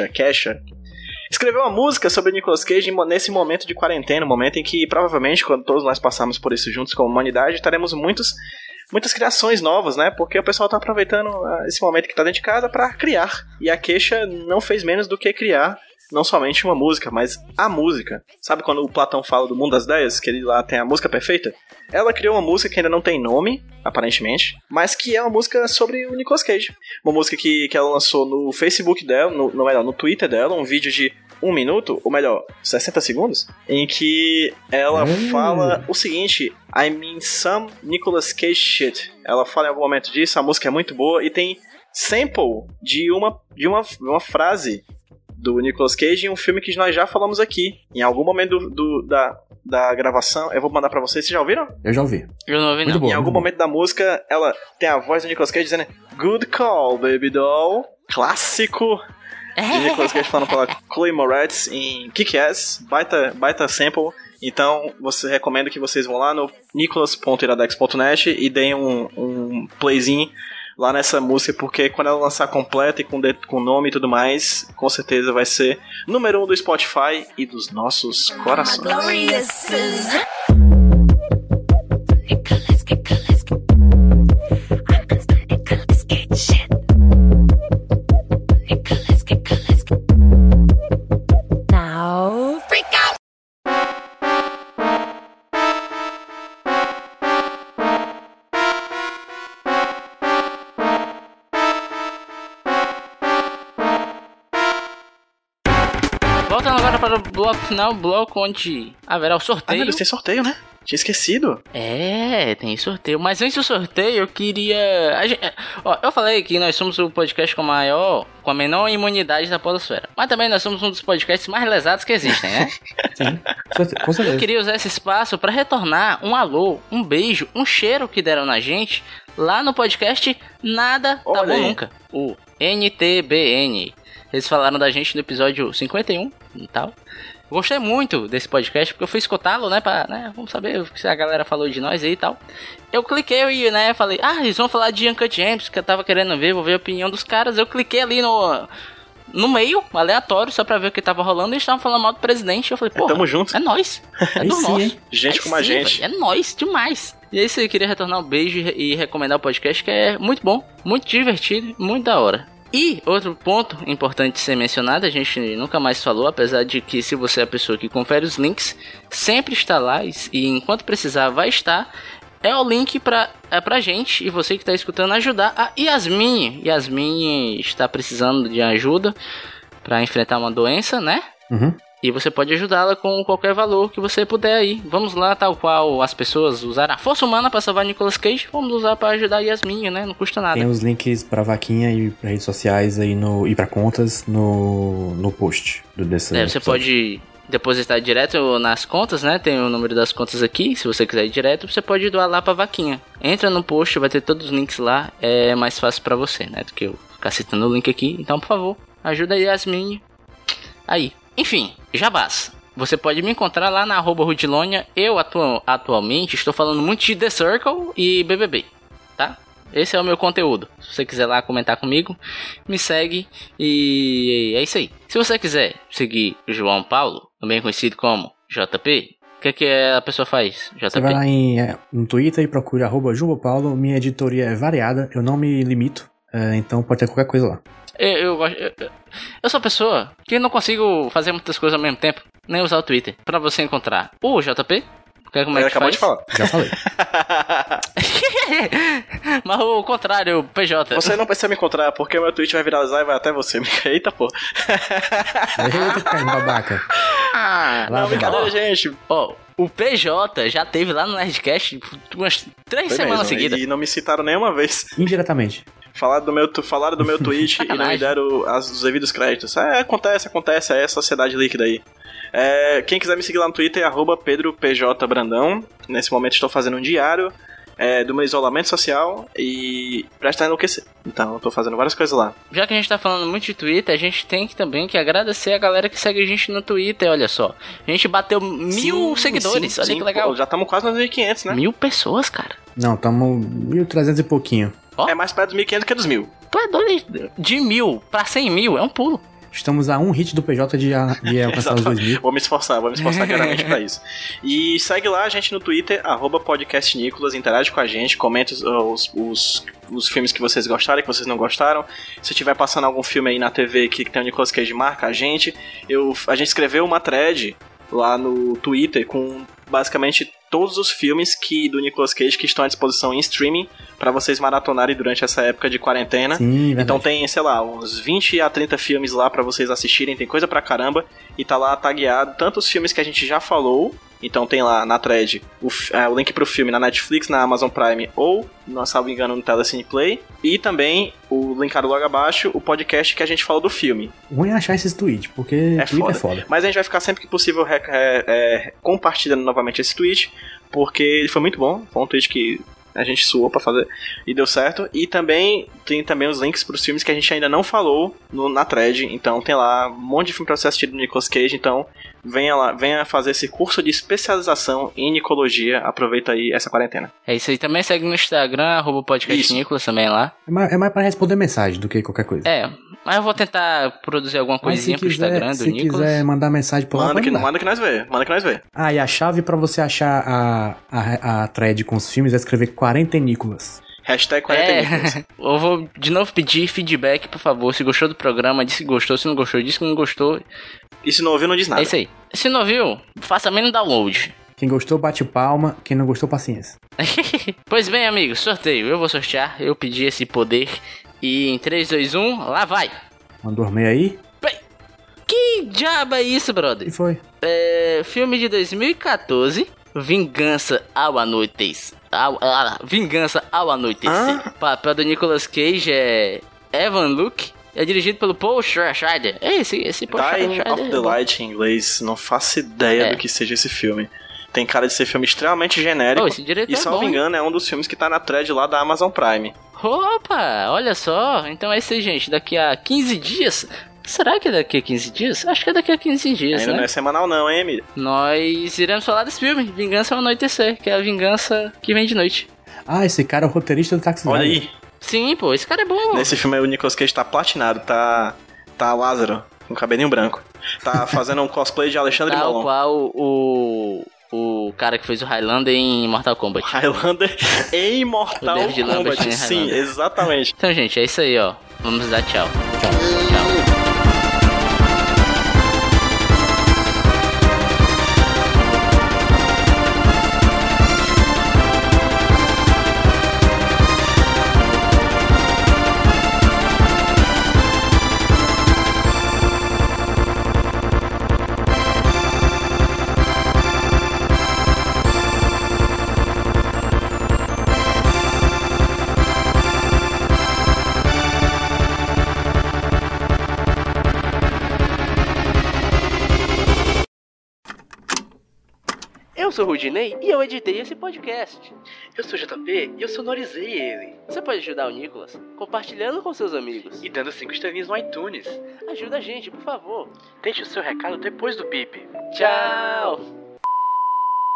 [SPEAKER 5] escreveu uma música sobre Nicolas Cage nesse momento de quarentena, um momento em que provavelmente, quando todos nós passarmos por isso juntos como humanidade, teremos muitas criações novas, né? Porque o pessoal tá aproveitando esse momento que tá dentro de casa pra criar. E a Kesha não fez menos do que criar não somente uma música, mas a música. Sabe quando o Platão fala do mundo das ideias, que ele lá tem a música perfeita? Ela criou uma música que ainda não tem nome, aparentemente, mas que é uma música sobre o Nicolas Cage. Uma música que ela lançou no Facebook dela, no Twitter dela, um vídeo de 1 minuto, ou melhor, 60 segundos, em que ela fala o seguinte: I mean some Nicolas Cage shit. Ela fala em algum momento disso, a música é muito boa e tem sample de uma frase do Nicolas Cage em um filme que nós já falamos aqui. Em algum momento da gravação, eu vou mandar pra vocês. Vocês já ouviram?
[SPEAKER 6] Eu já ouvi.
[SPEAKER 4] Eu não ouvi,
[SPEAKER 6] Muito
[SPEAKER 4] não.
[SPEAKER 6] bom.
[SPEAKER 5] Em algum momento da música, ela tem a voz do Nicolas Cage dizendo Good call, baby doll. Clássico de Nicolas Cage falando pela Chloe Moretz em Kick-Ass. Baita sample. Então, recomendo que vocês vão lá no nicolas.iradex.net e deem um playzinho lá nessa música, porque quando ela lançar completa e com nome e tudo mais, com certeza vai ser número 1 do Spotify e dos nossos corações.
[SPEAKER 4] Voltando agora para o bloco final, bloco onde haverá o sorteio.
[SPEAKER 5] Meu Deus, tem sorteio, né? Tinha esquecido.
[SPEAKER 4] Tem sorteio. Mas antes do sorteio, eu queria... eu falei que nós somos o podcast com a menor imunidade da podosfera. Mas também nós somos um dos podcasts mais lesados que existem, né?
[SPEAKER 6] Sim, com certeza.
[SPEAKER 4] Eu queria usar esse espaço para retornar um alô, um beijo, um cheiro que deram na gente lá no podcast Nada Tá Bom Nunca. O NTBN. Eles falaram da gente no episódio 51 e tal. Gostei muito desse podcast, porque eu fui escutá-lo, né, vamos saber o que a galera falou de nós aí e tal. Eu cliquei e, falei, eles vão falar de Uncut Gems, que eu tava querendo ver, vou ver a opinião dos caras. Eu cliquei ali no meio, aleatório, só pra ver o que tava rolando, e eles estavam falando mal do presidente. Eu falei, pô,
[SPEAKER 5] tamo junto.
[SPEAKER 4] É nóis. É do nosso.
[SPEAKER 6] Hein?
[SPEAKER 5] Gente como a gente.
[SPEAKER 4] Véio, é nóis, demais. E aí, eu queria retornar um beijo e recomendar o podcast, que é muito bom, muito divertido, muito da hora. E outro ponto importante de ser mencionado, a gente nunca mais falou, apesar de que se você é a pessoa que confere os links, sempre está lá e enquanto precisar vai estar, é o link pra gente e você que está escutando ajudar a Yasmin. Yasmin está precisando de ajuda para enfrentar uma doença, né?
[SPEAKER 6] Uhum.
[SPEAKER 4] E você pode ajudá-la com qualquer valor que você puder aí. Vamos lá, tal qual as pessoas usaram a força humana pra salvar Nicolas Cage, vamos usar pra ajudar a Yasmin, né? Não custa nada.
[SPEAKER 6] Tem os links pra vaquinha e pra redes sociais aí e pra contas no post desse
[SPEAKER 4] Você
[SPEAKER 6] episódio.
[SPEAKER 4] pode depositar direto nas contas, né? Tem o número das contas aqui. Se você quiser ir direto, você pode doar lá pra vaquinha. Entra no post, vai ter todos os links lá. É mais fácil pra você, né? Do que eu ficar citando o link aqui. Então, por favor, ajuda a Yasmin aí. Enfim, jabás. Você pode me encontrar lá na @Rudilonia. Eu atualmente estou falando muito de The Circle e BBB, tá? Esse é o meu conteúdo. Se você quiser lá comentar comigo, me segue e é isso aí. Se você quiser seguir o João Paulo, também conhecido como JP, o que a pessoa faz, JP?
[SPEAKER 6] Você vai lá no Twitter e procura @JumboPaulo. Minha editoria é variada, eu não me limito, então pode ter qualquer coisa lá.
[SPEAKER 4] Eu sou uma pessoa que não consigo fazer muitas coisas ao mesmo tempo, nem usar o Twitter. Pra você encontrar o JP, como é que
[SPEAKER 5] acabou
[SPEAKER 4] faz?
[SPEAKER 5] de falar.
[SPEAKER 6] Já falei.
[SPEAKER 4] Mas o contrário, o PJ.
[SPEAKER 5] Você não precisa me encontrar, porque o meu tweet vai viralizar e vai até você. Eita, pô.
[SPEAKER 6] Eita, cara, babaca.
[SPEAKER 4] Ah,
[SPEAKER 5] Não, brincadeira, gente.
[SPEAKER 4] Ó, o PJ já teve lá no Nerdcast umas 3
[SPEAKER 5] Foi
[SPEAKER 4] semanas
[SPEAKER 5] mesmo,
[SPEAKER 4] seguidas.
[SPEAKER 5] E não me citaram nenhuma vez.
[SPEAKER 6] Indiretamente.
[SPEAKER 5] Falaram do meu tweet e não me deram os devidos créditos. Acontece, é a sociedade líquida aí. Quem quiser me seguir lá no Twitter é @PedroPJBrandão. Nesse momento estou fazendo um diário do meu isolamento social e prestes a enlouquecer. Então eu tô fazendo várias coisas lá.
[SPEAKER 4] Já que a gente tá falando muito de Twitter, a gente tem também que agradecer a galera que segue a gente no Twitter, olha só. A gente bateu 1000 seguidores, olha que legal.
[SPEAKER 5] Pô, já estamos quase nos 1.500, né?
[SPEAKER 4] 1000 pessoas, cara.
[SPEAKER 6] Não, tamo 1.300 e pouquinho.
[SPEAKER 4] Ó.
[SPEAKER 5] É mais perto dos 1.500 que dos 1.000.
[SPEAKER 4] Tu é doido? De 1000 pra 100 mil é um pulo.
[SPEAKER 6] Estamos a um hit do PJ de alcançar os 2.000.
[SPEAKER 5] Vou me esforçar diariamente pra isso. E segue lá a gente no Twitter, @podcastnicolas, interage com a gente, comenta os filmes que vocês gostaram e que vocês não gostaram. Se tiver passando algum filme aí na TV que tem o Nicolas Cage, marca a gente. A gente escreveu uma thread lá no Twitter com basicamente todos os filmes do Nicolas Cage que estão à disposição em streaming pra vocês maratonarem durante essa época de quarentena.
[SPEAKER 6] Sim, verdade.
[SPEAKER 5] Então tem, sei lá, uns 20 a 30 filmes lá pra vocês assistirem, tem coisa pra caramba, e tá lá tagueado tanto os filmes que a gente já falou, então tem lá na thread o link pro filme na Netflix, na Amazon Prime ou, não salvo engano, no Telecine Play, e também o linkado logo abaixo, o podcast que a gente falou do filme.
[SPEAKER 6] Ruim achar esses tweets, porque tweet é foda.
[SPEAKER 5] Mas a gente vai ficar sempre que possível compartilhando novamente esse tweet, porque ele foi muito bom, foi um tweet que a gente suou pra fazer e deu certo. E também tem os links pros filmes que a gente ainda não falou na thread. Então tem lá um monte de filme pra você assistir do Nicolas Cage. Então venha fazer esse curso de especialização em Nicologia. Aproveita aí essa quarentena.
[SPEAKER 4] É isso aí. Também segue no Instagram, @podcastnicolas também lá.
[SPEAKER 6] É mais pra responder mensagem do que qualquer coisa.
[SPEAKER 4] Mas eu vou tentar produzir alguma coisinha pro Instagram do Nicolas.
[SPEAKER 6] Se quiser mandar mensagem por lá,
[SPEAKER 5] manda que nós vê. Ah,
[SPEAKER 6] e a chave pra você achar a thread com os filmes é escrever 40 Nicolas.
[SPEAKER 5] Hashtag 40 Nicolas.
[SPEAKER 4] Eu vou de novo pedir feedback, por favor. Se gostou do programa, diz que gostou. Se não gostou, diz que não gostou.
[SPEAKER 5] E se não ouviu, não diz nada.
[SPEAKER 4] É isso aí. Se não ouviu, faça menos download.
[SPEAKER 6] Quem gostou, bate palma. Quem não gostou, paciência.
[SPEAKER 4] Pois bem, amigos, sorteio. Eu vou sortear. Eu pedi esse poder. E em 3, 2, 1, lá vai.
[SPEAKER 6] Mandou dormir aí?
[SPEAKER 4] Que diabo é isso, brother?
[SPEAKER 6] E foi?
[SPEAKER 4] Filme de 2014. Vingança ao anoitecer. Vingança ao anoitecer. O papel do Nicolas Cage é Evan Luke. É dirigido pelo Paul Schrader. Esse Paul
[SPEAKER 5] Dying
[SPEAKER 4] Schrader.
[SPEAKER 5] of the Light em inglês. Não faço ideia do que seja esse filme. Tem cara de ser filme extremamente genérico.
[SPEAKER 4] Esse diretor
[SPEAKER 5] e, salvo engano, é um dos filmes que tá na thread lá da Amazon Prime.
[SPEAKER 4] Opa, olha só. Então é isso aí, gente. Daqui a 15 dias... Será que é daqui a 15 dias? Acho que é daqui a 15 dias,
[SPEAKER 5] Ainda
[SPEAKER 4] né?
[SPEAKER 5] não é semanal não, hein, Emílio?
[SPEAKER 4] Nós iremos falar desse filme, Vingança ao Anoitecer, que é a vingança que vem de noite.
[SPEAKER 6] Esse cara é o roteirista do Taxi
[SPEAKER 5] Olha
[SPEAKER 6] Driver.
[SPEAKER 5] aí.
[SPEAKER 4] Sim, pô, esse cara é bom.
[SPEAKER 5] Nesse filme aí o Nicolas Cage tá platinado, tá Lázaro, com cabelinho branco. Tá fazendo um cosplay de Alexandre
[SPEAKER 4] Tal
[SPEAKER 5] Molon.
[SPEAKER 4] qual o cara que fez o Highlander em Mortal Kombat.
[SPEAKER 5] Highlander em Mortal
[SPEAKER 4] O David Lambert
[SPEAKER 5] Kombat.
[SPEAKER 4] em
[SPEAKER 5] Sim,
[SPEAKER 4] Highlander.
[SPEAKER 5] exatamente.
[SPEAKER 4] Então, gente, é isso aí, ó. Vamos dar tchau. Tchau. sou o Rudinei e eu editei esse podcast.
[SPEAKER 1] Eu sou o JP e eu sonorizei ele.
[SPEAKER 4] Você pode ajudar o Nicolas compartilhando com seus amigos
[SPEAKER 1] E dando 5 estrelinhas no iTunes.
[SPEAKER 4] Ajuda a gente, por favor.
[SPEAKER 1] Deixe o seu recado depois do bip.
[SPEAKER 4] Tchau!